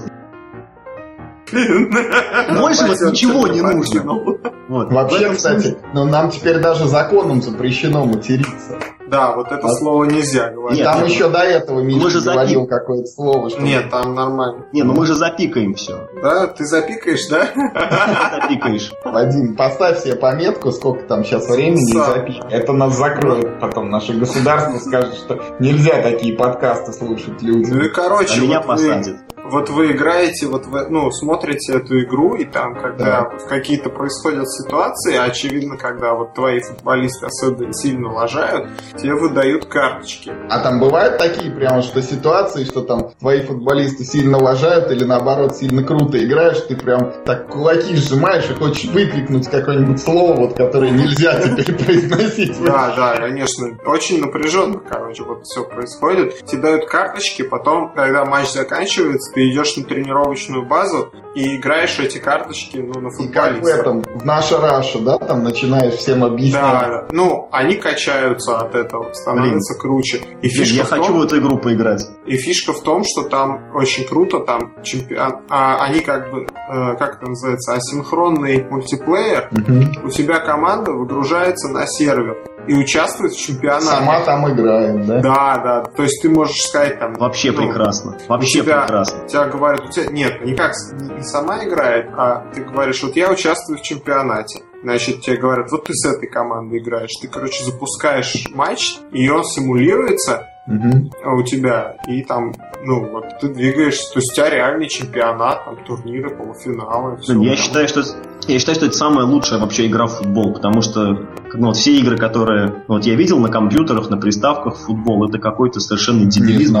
Больше вот ничего не нужно. Вот. Вообще, кстати, ну, нам теперь даже законом запрещено материться. Да, вот это а... слово нельзя говорить. Нет, там нет, еще до этого Миша же говорил запик... какое-то слово. Что нет, там нормально. Не, ну мы же запикаем все. Да, ты запикаешь, да? Запикаешь. Вадим, поставь себе пометку, сколько там сейчас времени, и запикай. Это нас закроет потом. Наше государство скажет, что нельзя такие подкасты слушать людям. Ну и короче, а меня вот посадят. Вы, вот вы играете, вот вы, ну, смотрите эту игру, и там, когда да. какие-то происходят ситуации, очевидно, когда вот твои футболисты особенно сильно лажают, тебе выдают карточки. А там бывают такие прямо, что ситуации, что там твои футболисты сильно лажают или наоборот сильно круто играешь, ты прям так кулаки сжимаешь и хочешь выкрикнуть какое-нибудь слово, вот, которое нельзя теперь произносить. Да, да, конечно. Очень напряженно, короче, вот все происходит. Тебе дают карточки, потом, когда матч заканчивается, ты идешь на тренировочную базу и играешь эти карточки, ну, на футболиста. И как в этом, в наша Раша, да, там начинаешь всем объяснять. Да, да. Ну, они качаются от этого, становятся Блин. круче. И фишка Я в том, хочу в эту игру поиграть. И фишка в том, что там очень круто, там чемпион... а, они как бы, э, как это называется, асинхронный мультиплеер. Угу. У тебя команда выгружается на сервер и участвует в чемпионате. Сама там играет, да? Да, да. То есть ты можешь сказать там... Вообще ну, прекрасно. Вообще тебя, прекрасно. Тебя говорят, у тебя... Нет, никак не сама играет, а ты говоришь, вот я участвую в чемпионате. Значит, тебе говорят, вот ты с этой командой играешь. Ты, короче, запускаешь матч, и он симулируется угу. у тебя. И там, ну, вот ты двигаешься. То есть у тебя реальный чемпионат, там, турниры, полуфиналы. Все, я, там. считаю, что, я считаю, что это самая лучшая вообще игра в футбол. Потому что ну, вот все игры, которые вот я видел на компьютерах, на приставках в футбол, это какой-то совершенно дебилизм.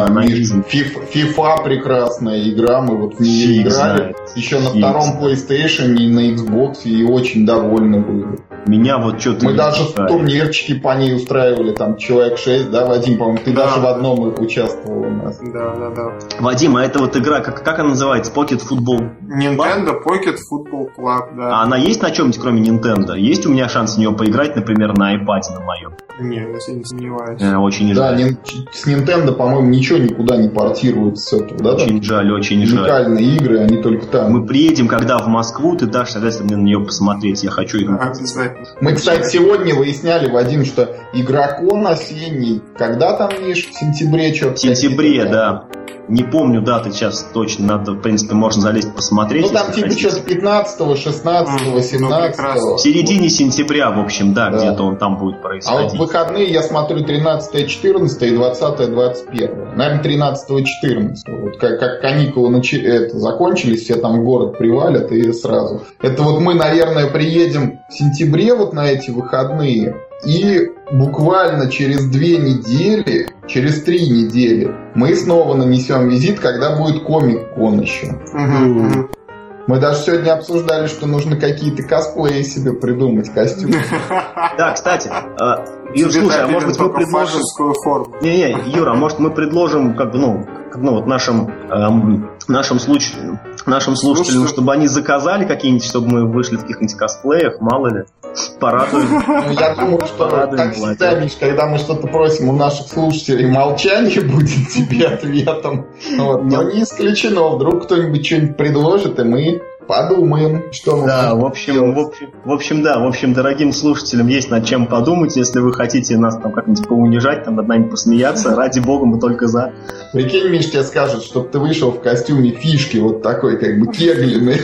FIFA прекрасная игра. Мы вот в нее играли. Еще на втором PlayStation и на Xbox. И очень довольны были. меня вот что-то... Мы даже в турнирчики по ней устраивали, там человек шесть, да, Вадим, по-моему, ты да. даже в одном участвовал у нас. Да, да, да. Вадим, а это вот игра, как, как она называется? Pocket Football? Nintendo Pocket Football Club, да. А она есть на чем-нибудь, кроме Nintendo? Есть у меня шанс в нее поиграть, например, на iPad на моем? Нет, я не сомневаюсь. Э, очень не да, жаль. С Nintendo, по-моему, ничего никуда не портируется с этого, да? Очень жаль, очень жаль. Уникальные игры, они только там. Мы приедем, когда в Москву, ты дашь, соответственно, на нее посмотреть. Я хочу игру. Обязательно. Мы, кстати, сегодня выясняли, Вадим, что игрокон осенний, когда там, Миш, в сентябре что-то? В сентябре, да. Не помню даты сейчас точно, надо, в принципе, можно залезть посмотреть. Ну там типа хотите. что-то пятнадцатого, шестнадцатого, семнадцатого. Ну, в середине сентября, в общем, да, да, где-то он там будет происходить. А вот в выходные я смотрю тринадцатое, четырнадцатое и двадцатое, двадцать первое. Наверное, тринадцатое, четырнадцатое. Вот как, как каникулы начи... это, закончились, все там в город привалят и сразу. Это вот мы, наверное, приедем в сентябре вот на эти выходные. И буквально через две недели, через три недели мы снова нанесем визит, когда будет комик-кон еще. Mm-hmm. Мы даже сегодня обсуждали, что нужно какие-то косплеи себе придумать, костюмы. Да, кстати, Юр, слушай, а может быть мы предложим... Не-не, Юра, может мы предложим, как бы, ну, ну вот нашим, нашим случаям, нашим слушателям, чтобы они заказали какие-нибудь, чтобы мы вышли в каких-нибудь косплеях, мало ли. Порадуем. Ну, я думаю, что, как всегда, Миш, когда мы что-то просим у наших слушателей, молчание будет тебе ответом. Вот. Но не исключено, вдруг кто-нибудь что-нибудь предложит, и мы подумаем, что мы да, в общем, в общем, в общем, да, в общем, дорогим слушателям есть над чем подумать. Если вы хотите нас там как-нибудь поунижать, там над нами посмеяться, ради бога, мы только за. Прикинь, Миш, тебе скажут, чтобы ты вышел в костюме фишки, вот такой, как бы кегляный.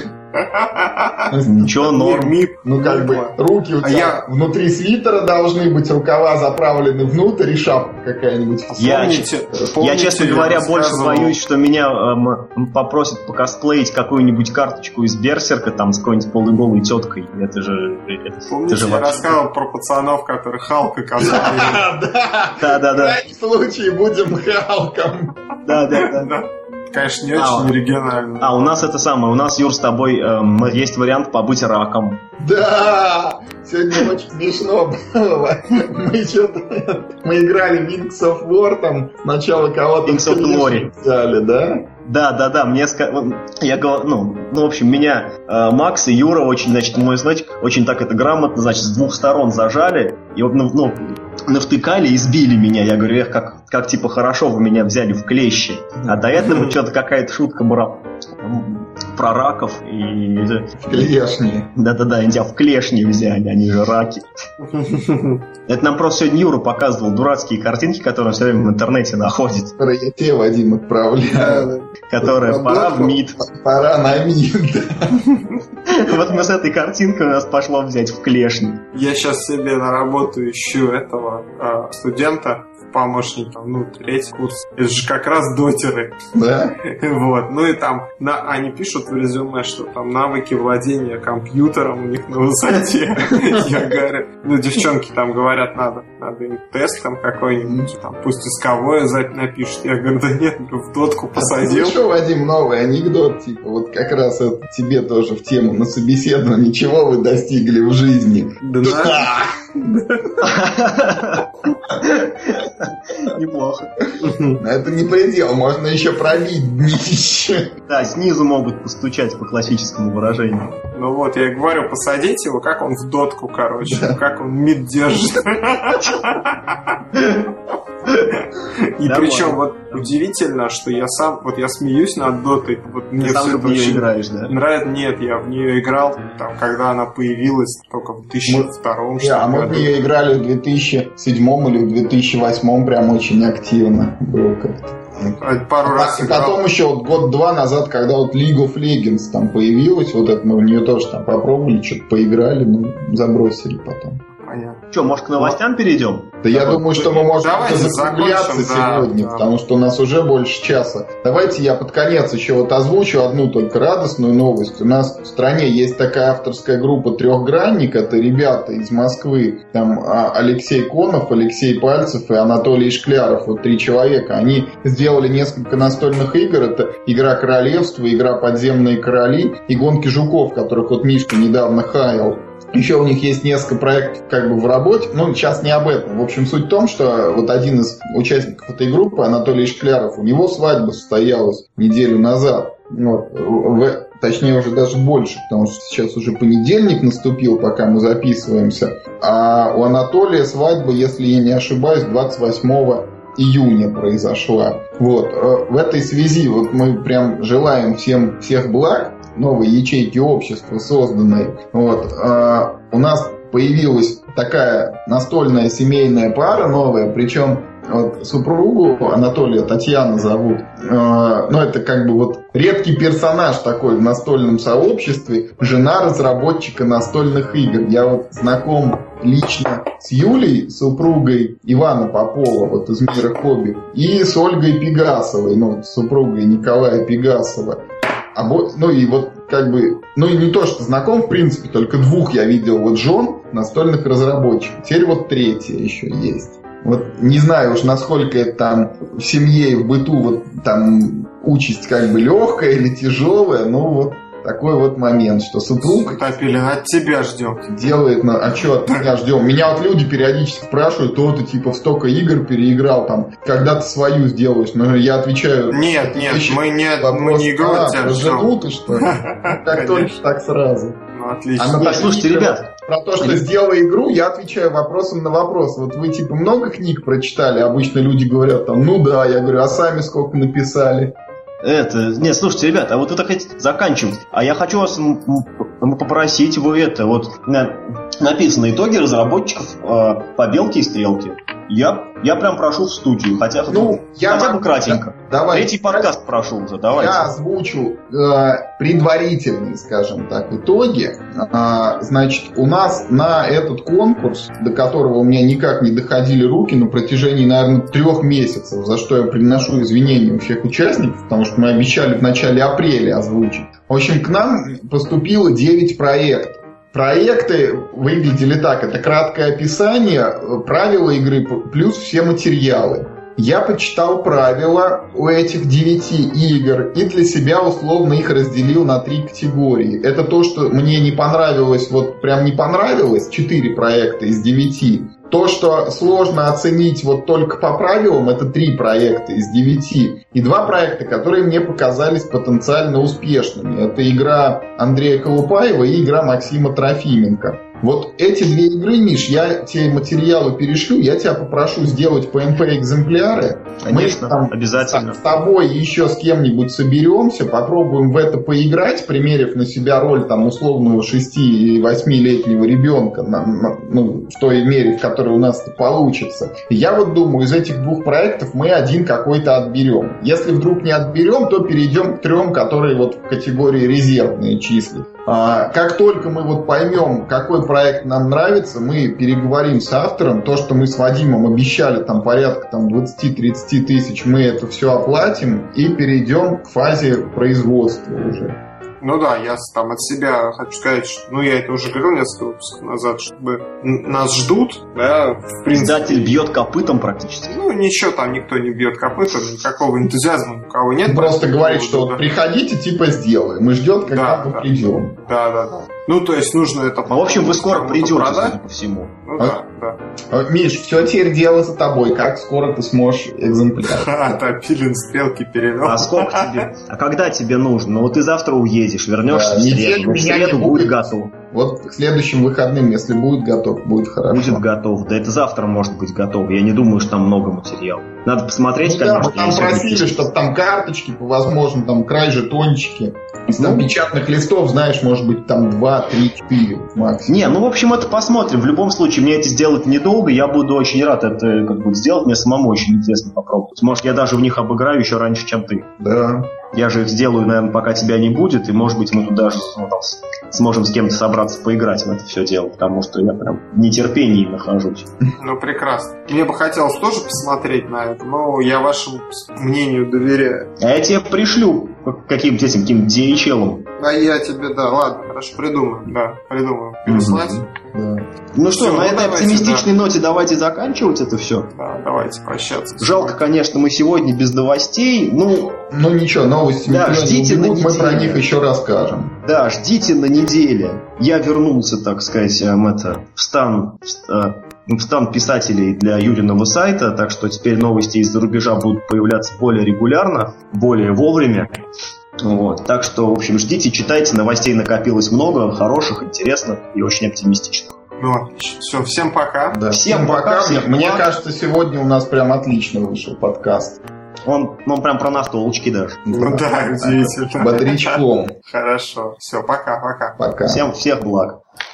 Ничего, норм. Ну, как бы, руки у тебя а я... внутри свитера должны быть, рукава заправлены внутрь, и шапка какая-нибудь. Я, помните, помните, я честно говоря, больше боюсь, что меня эм, попросят покосплеить какую-нибудь карточку из Берсерка, там, с какой-нибудь полуголой теткой. Это же... Это, помните, это же я вообще... рассказывал про пацанов, которые Халка косплеили? Да, да, да. В крайнем случае будем Халком. Да, да, да. Конечно, не очень а, оригинально. А у нас это самое, у нас, Юр, с тобой эм, есть вариант побыть раком. Да! Сегодня очень смешно было. Мы что-то... Мы играли в Wings of War, там сначала кого-то... Wings of Glory. Взяли, да? Да, да, да, мне сказали, я говорю, ну, ну, в общем, меня э, Макс и Юра очень, значит, мой значит, очень так это грамотно, значит, с двух сторон зажали, и вот, ну, ну навтыкали и сбили меня. Я говорю, эх, как, как типа хорошо вы меня взяли в клещи. А до этого что-то какая-то шутка была про раков и... В клешни. Да-да-да, они тебя в клешни взяли, они же раки. Это нам просто сегодня Юра показывал дурацкие картинки, которые он все время в интернете находит. Которые я тебе, Вадим, отправляю. Которые пора в МИД. Пора на МИД. Вот мы с этой картинкой у нас пошло взять в клешни. Я сейчас себе на работу ищу этого э, студента в помощником, ну, третий курс. Это же как раз дотеры. Да? Вот. Ну и там на, они пишут в резюме, что там навыки владения компьютером у них на высоте. Я говорю, ну, девчонки там говорят, надо, надо им тест там какой-нибудь, там, пусть исковое напишут. Я говорю, да нет, в дотку посадил. Ну что, Вадим, новый анекдот, типа, вот как раз это тебе тоже в тему на собеседовании. Чего вы достигли в жизни? Да. Неплохо. Это не предел, можно еще пробить днище. Да, снизу могут постучать по классическому выражению. Ну вот, я говорю, посадить его, как он в дотку, короче, да. Как он мид держит. И да, причем вот удивительно, что я сам, вот я смеюсь над дотой, вот мне сам все в нее играешь, да? Нравится, нет, я в нее играл, там, когда она появилась, только в две тысячи втором мы, да, мы в нее играли в две тысячи седьмом или в две тысячи восьмом прям очень активно было как-то. Пару а, раз и потом еще вот год-два назад, когда вот League of Legends там появилась, вот это мы в нее тоже там попробовали, что-то поиграли, но забросили потом. Понятно. Что, может, к новостям вот. Перейдем? Да я думаю, что мы можем закругляться сегодня, да, потому да. что у нас уже больше часа. Давайте я под конец еще вот озвучу одну только радостную новость. У нас в стране есть такая авторская группа «Трехгранник». Это ребята из Москвы. Там Алексей Конов, Алексей Пальцев и Анатолий Шкляров. Вот три человека. Они сделали несколько настольных игр. Это «Игра королевства», «Игра подземные короли» и «Гонки жуков», которых вот Мишка недавно хаял. Еще у них есть несколько проектов как бы в работе. Ну, сейчас не об этом. В общем, суть в том, что вот один из участников этой группы, Анатолий Шкляров, у него свадьба состоялась неделю назад. Вот, в, точнее, уже даже больше, потому что сейчас уже понедельник наступил, пока мы записываемся. А у Анатолия свадьба, если я не ошибаюсь, двадцать восьмого июня произошла. Вот. В этой связи вот мы прям желаем всем всех благ, новой ячейки общества созданной. Вот. А у нас появилась такая настольная семейная пара новая, причем вот супругу Анатолия, Татьяна зовут. Э, ну, это как бы вот редкий персонаж такой в настольном сообществе. Жена разработчика настольных игр. Я вот знаком лично с Юлей, супругой Ивана Попова, вот из «Мира хобби», и с Ольгой Пегасовой, ну, супругой Николая Пегасова. А вот, ну и вот как бы, ну и не то, что знаком, в принципе, только двух я видел вот жен настольных разработчиков. Теперь вот третья еще есть. Вот не знаю уж, насколько это там в семье и в быту вот там участь как бы легкая или тяжелая, но вот такой вот момент, что супруг... Топилин, от тебя ждем. Делает, на... а что от меня ждем? Меня вот люди периодически спрашивают, то ты типа в столько игр переиграл, там, когда ты свою сделаешь. Но я отвечаю... Нет, нет, мы не, мы не игру от тебя ждем. Ты что? Как только так сразу. Ну, отлично. А, слушайте, ребят, про то, что сделала игру, я отвечаю вопросом на вопрос. Вот вы типа много книг прочитали? Обычно люди говорят там, ну да, я говорю, а сами сколько написали? Это, нет, слушайте, ребята, а вот вы так хотите заканчивать, а я хочу вас м- м- попросить, вы это, вот на, написано итоги разработчиков э, по белке и стрелке. Я, я прям прошу в студию, хотя, ну, я хотя вам, бы кратенько. Да, давай, Третий подкаст прошу уже, давайте. Я озвучу э, предварительные, скажем так, итоги. Э, значит, у нас на этот конкурс, до которого у меня никак не доходили руки на протяжении, наверное, трех месяцев, за что я приношу извинения у всех участников, потому что мы обещали в начале апреля озвучить. В общем, к нам поступило девять проектов. Проекты выглядели так. Это краткое описание, правила игры плюс все материалы. Я почитал правила у этих девяти игр и для себя условно их разделил на три категории. Это то, что мне не понравилось, вот прям не понравилось, четыре проекта из девяти. То, что сложно оценить вот только по правилам, это три проекта из девяти. И два проекта, которые мне показались потенциально успешными. Это игра Андрея Колупаева и игра Максима Трофименко. Вот эти две игры, Миш, я тебе материалы перешлю, я тебя попрошу сделать пэ эн пэ-экземпляры. Конечно, мы там обязательно. С тобой еще с кем-нибудь соберемся, попробуем в это поиграть, примерив на себя роль там условного шести- и восьмилетнего ребенка, на, на, ну, в той мере, в которой у нас это получится. Я вот думаю, из этих двух проектов мы один какой-то отберем. Если вдруг не отберем, то перейдем к трем, которые вот в категории резервные числят. А, как только мы вот поймем, какой проект нам нравится, мы переговорим с автором. То, что мы с Вадимом обещали, там порядка там, двадцать-тридцать тысяч, мы это все оплатим и перейдем к фазе производства уже. Ну да, я там от себя хочу сказать, что, ну я это уже говорил несколько выпусков назад, чтобы нас ждут, да, в принципе. Издатель бьет копытом практически. Ну ничего, там никто не бьет копытом, никакого энтузиазма у кого нет. Просто говорит, что вот приходите, типа сделаем, мы ждем, когда да, мы да. придем. Да, да, да. Ну, то есть нужно это... Ну, в общем, вы скоро придете, продать. судя по всему. Ну а? да, да. Миш, все теперь дело за тобой. Как скоро ты сможешь экземпляр? А, Топилин стрелки перевел. А сколько тебе? А когда тебе нужно? Ну вот ты завтра уедешь, вернешься Да, в неделю среду. В меня среду не будет будет. готов. Вот к следующим выходным, если будет готов, будет хорошо. Будет готов. Да это завтра может быть готов. Я не думаю, что там много материала. Надо посмотреть, Ну да, конечно. мы там я сегодня просили, пишу. чтобы там карточки, по возможно, там край жетончики. Из там Ну. печатных листов, знаешь, может быть, там два, три, четыре максимум. Не, ну в общем это посмотрим. В любом случае мне это сделать недолго. Я буду очень рад это как бы сделать. Мне самому очень интересно попробовать. Может я даже в них обыграю еще раньше, чем ты. Да. Я же их сделаю, наверное, пока тебя не будет. И может быть мы тут даже ну, там, сможем с кем-то собраться поиграть в это все дело. Потому что я прям в нетерпении нахожусь. Ну, прекрасно. Мне бы хотелось тоже посмотреть на это, но я вашему мнению доверяю. А я тебе пришлю каким-то этим каким-то ди эйч эл А я тебе, да, ладно, хорошо, придумаем, да, придумаем. Переслать. Mm-hmm. Да. Ну что, Все, на ну этой давайте, оптимистичной да. ноте давайте заканчивать это все. Да, давайте прощаться. Жалко, конечно, мы сегодня без новостей. Ну, Ну ничего, новости Да, никуда не ждите на убегут, мы про неделю. них еще расскажем. да, ждите на неделе. Я вернулся, так сказать, эм, это, в стан, в, э, в стан писателей для Юриного сайта, так что теперь новости из-за рубежа будут появляться более регулярно, более вовремя. Вот. Так что, в общем, ждите, читайте, новостей накопилось много, хороших, интересных и очень оптимистичных. Ну, отлично. Все, всем пока. Да. Всем пока, всем Мне пока. кажется, сегодня у нас прям отлично вышел подкаст. Он, он прям про настолочки даже. Ну да, удивительно. Бодрячком. Хорошо. Все, пока-пока. Пока. Всем всех благ.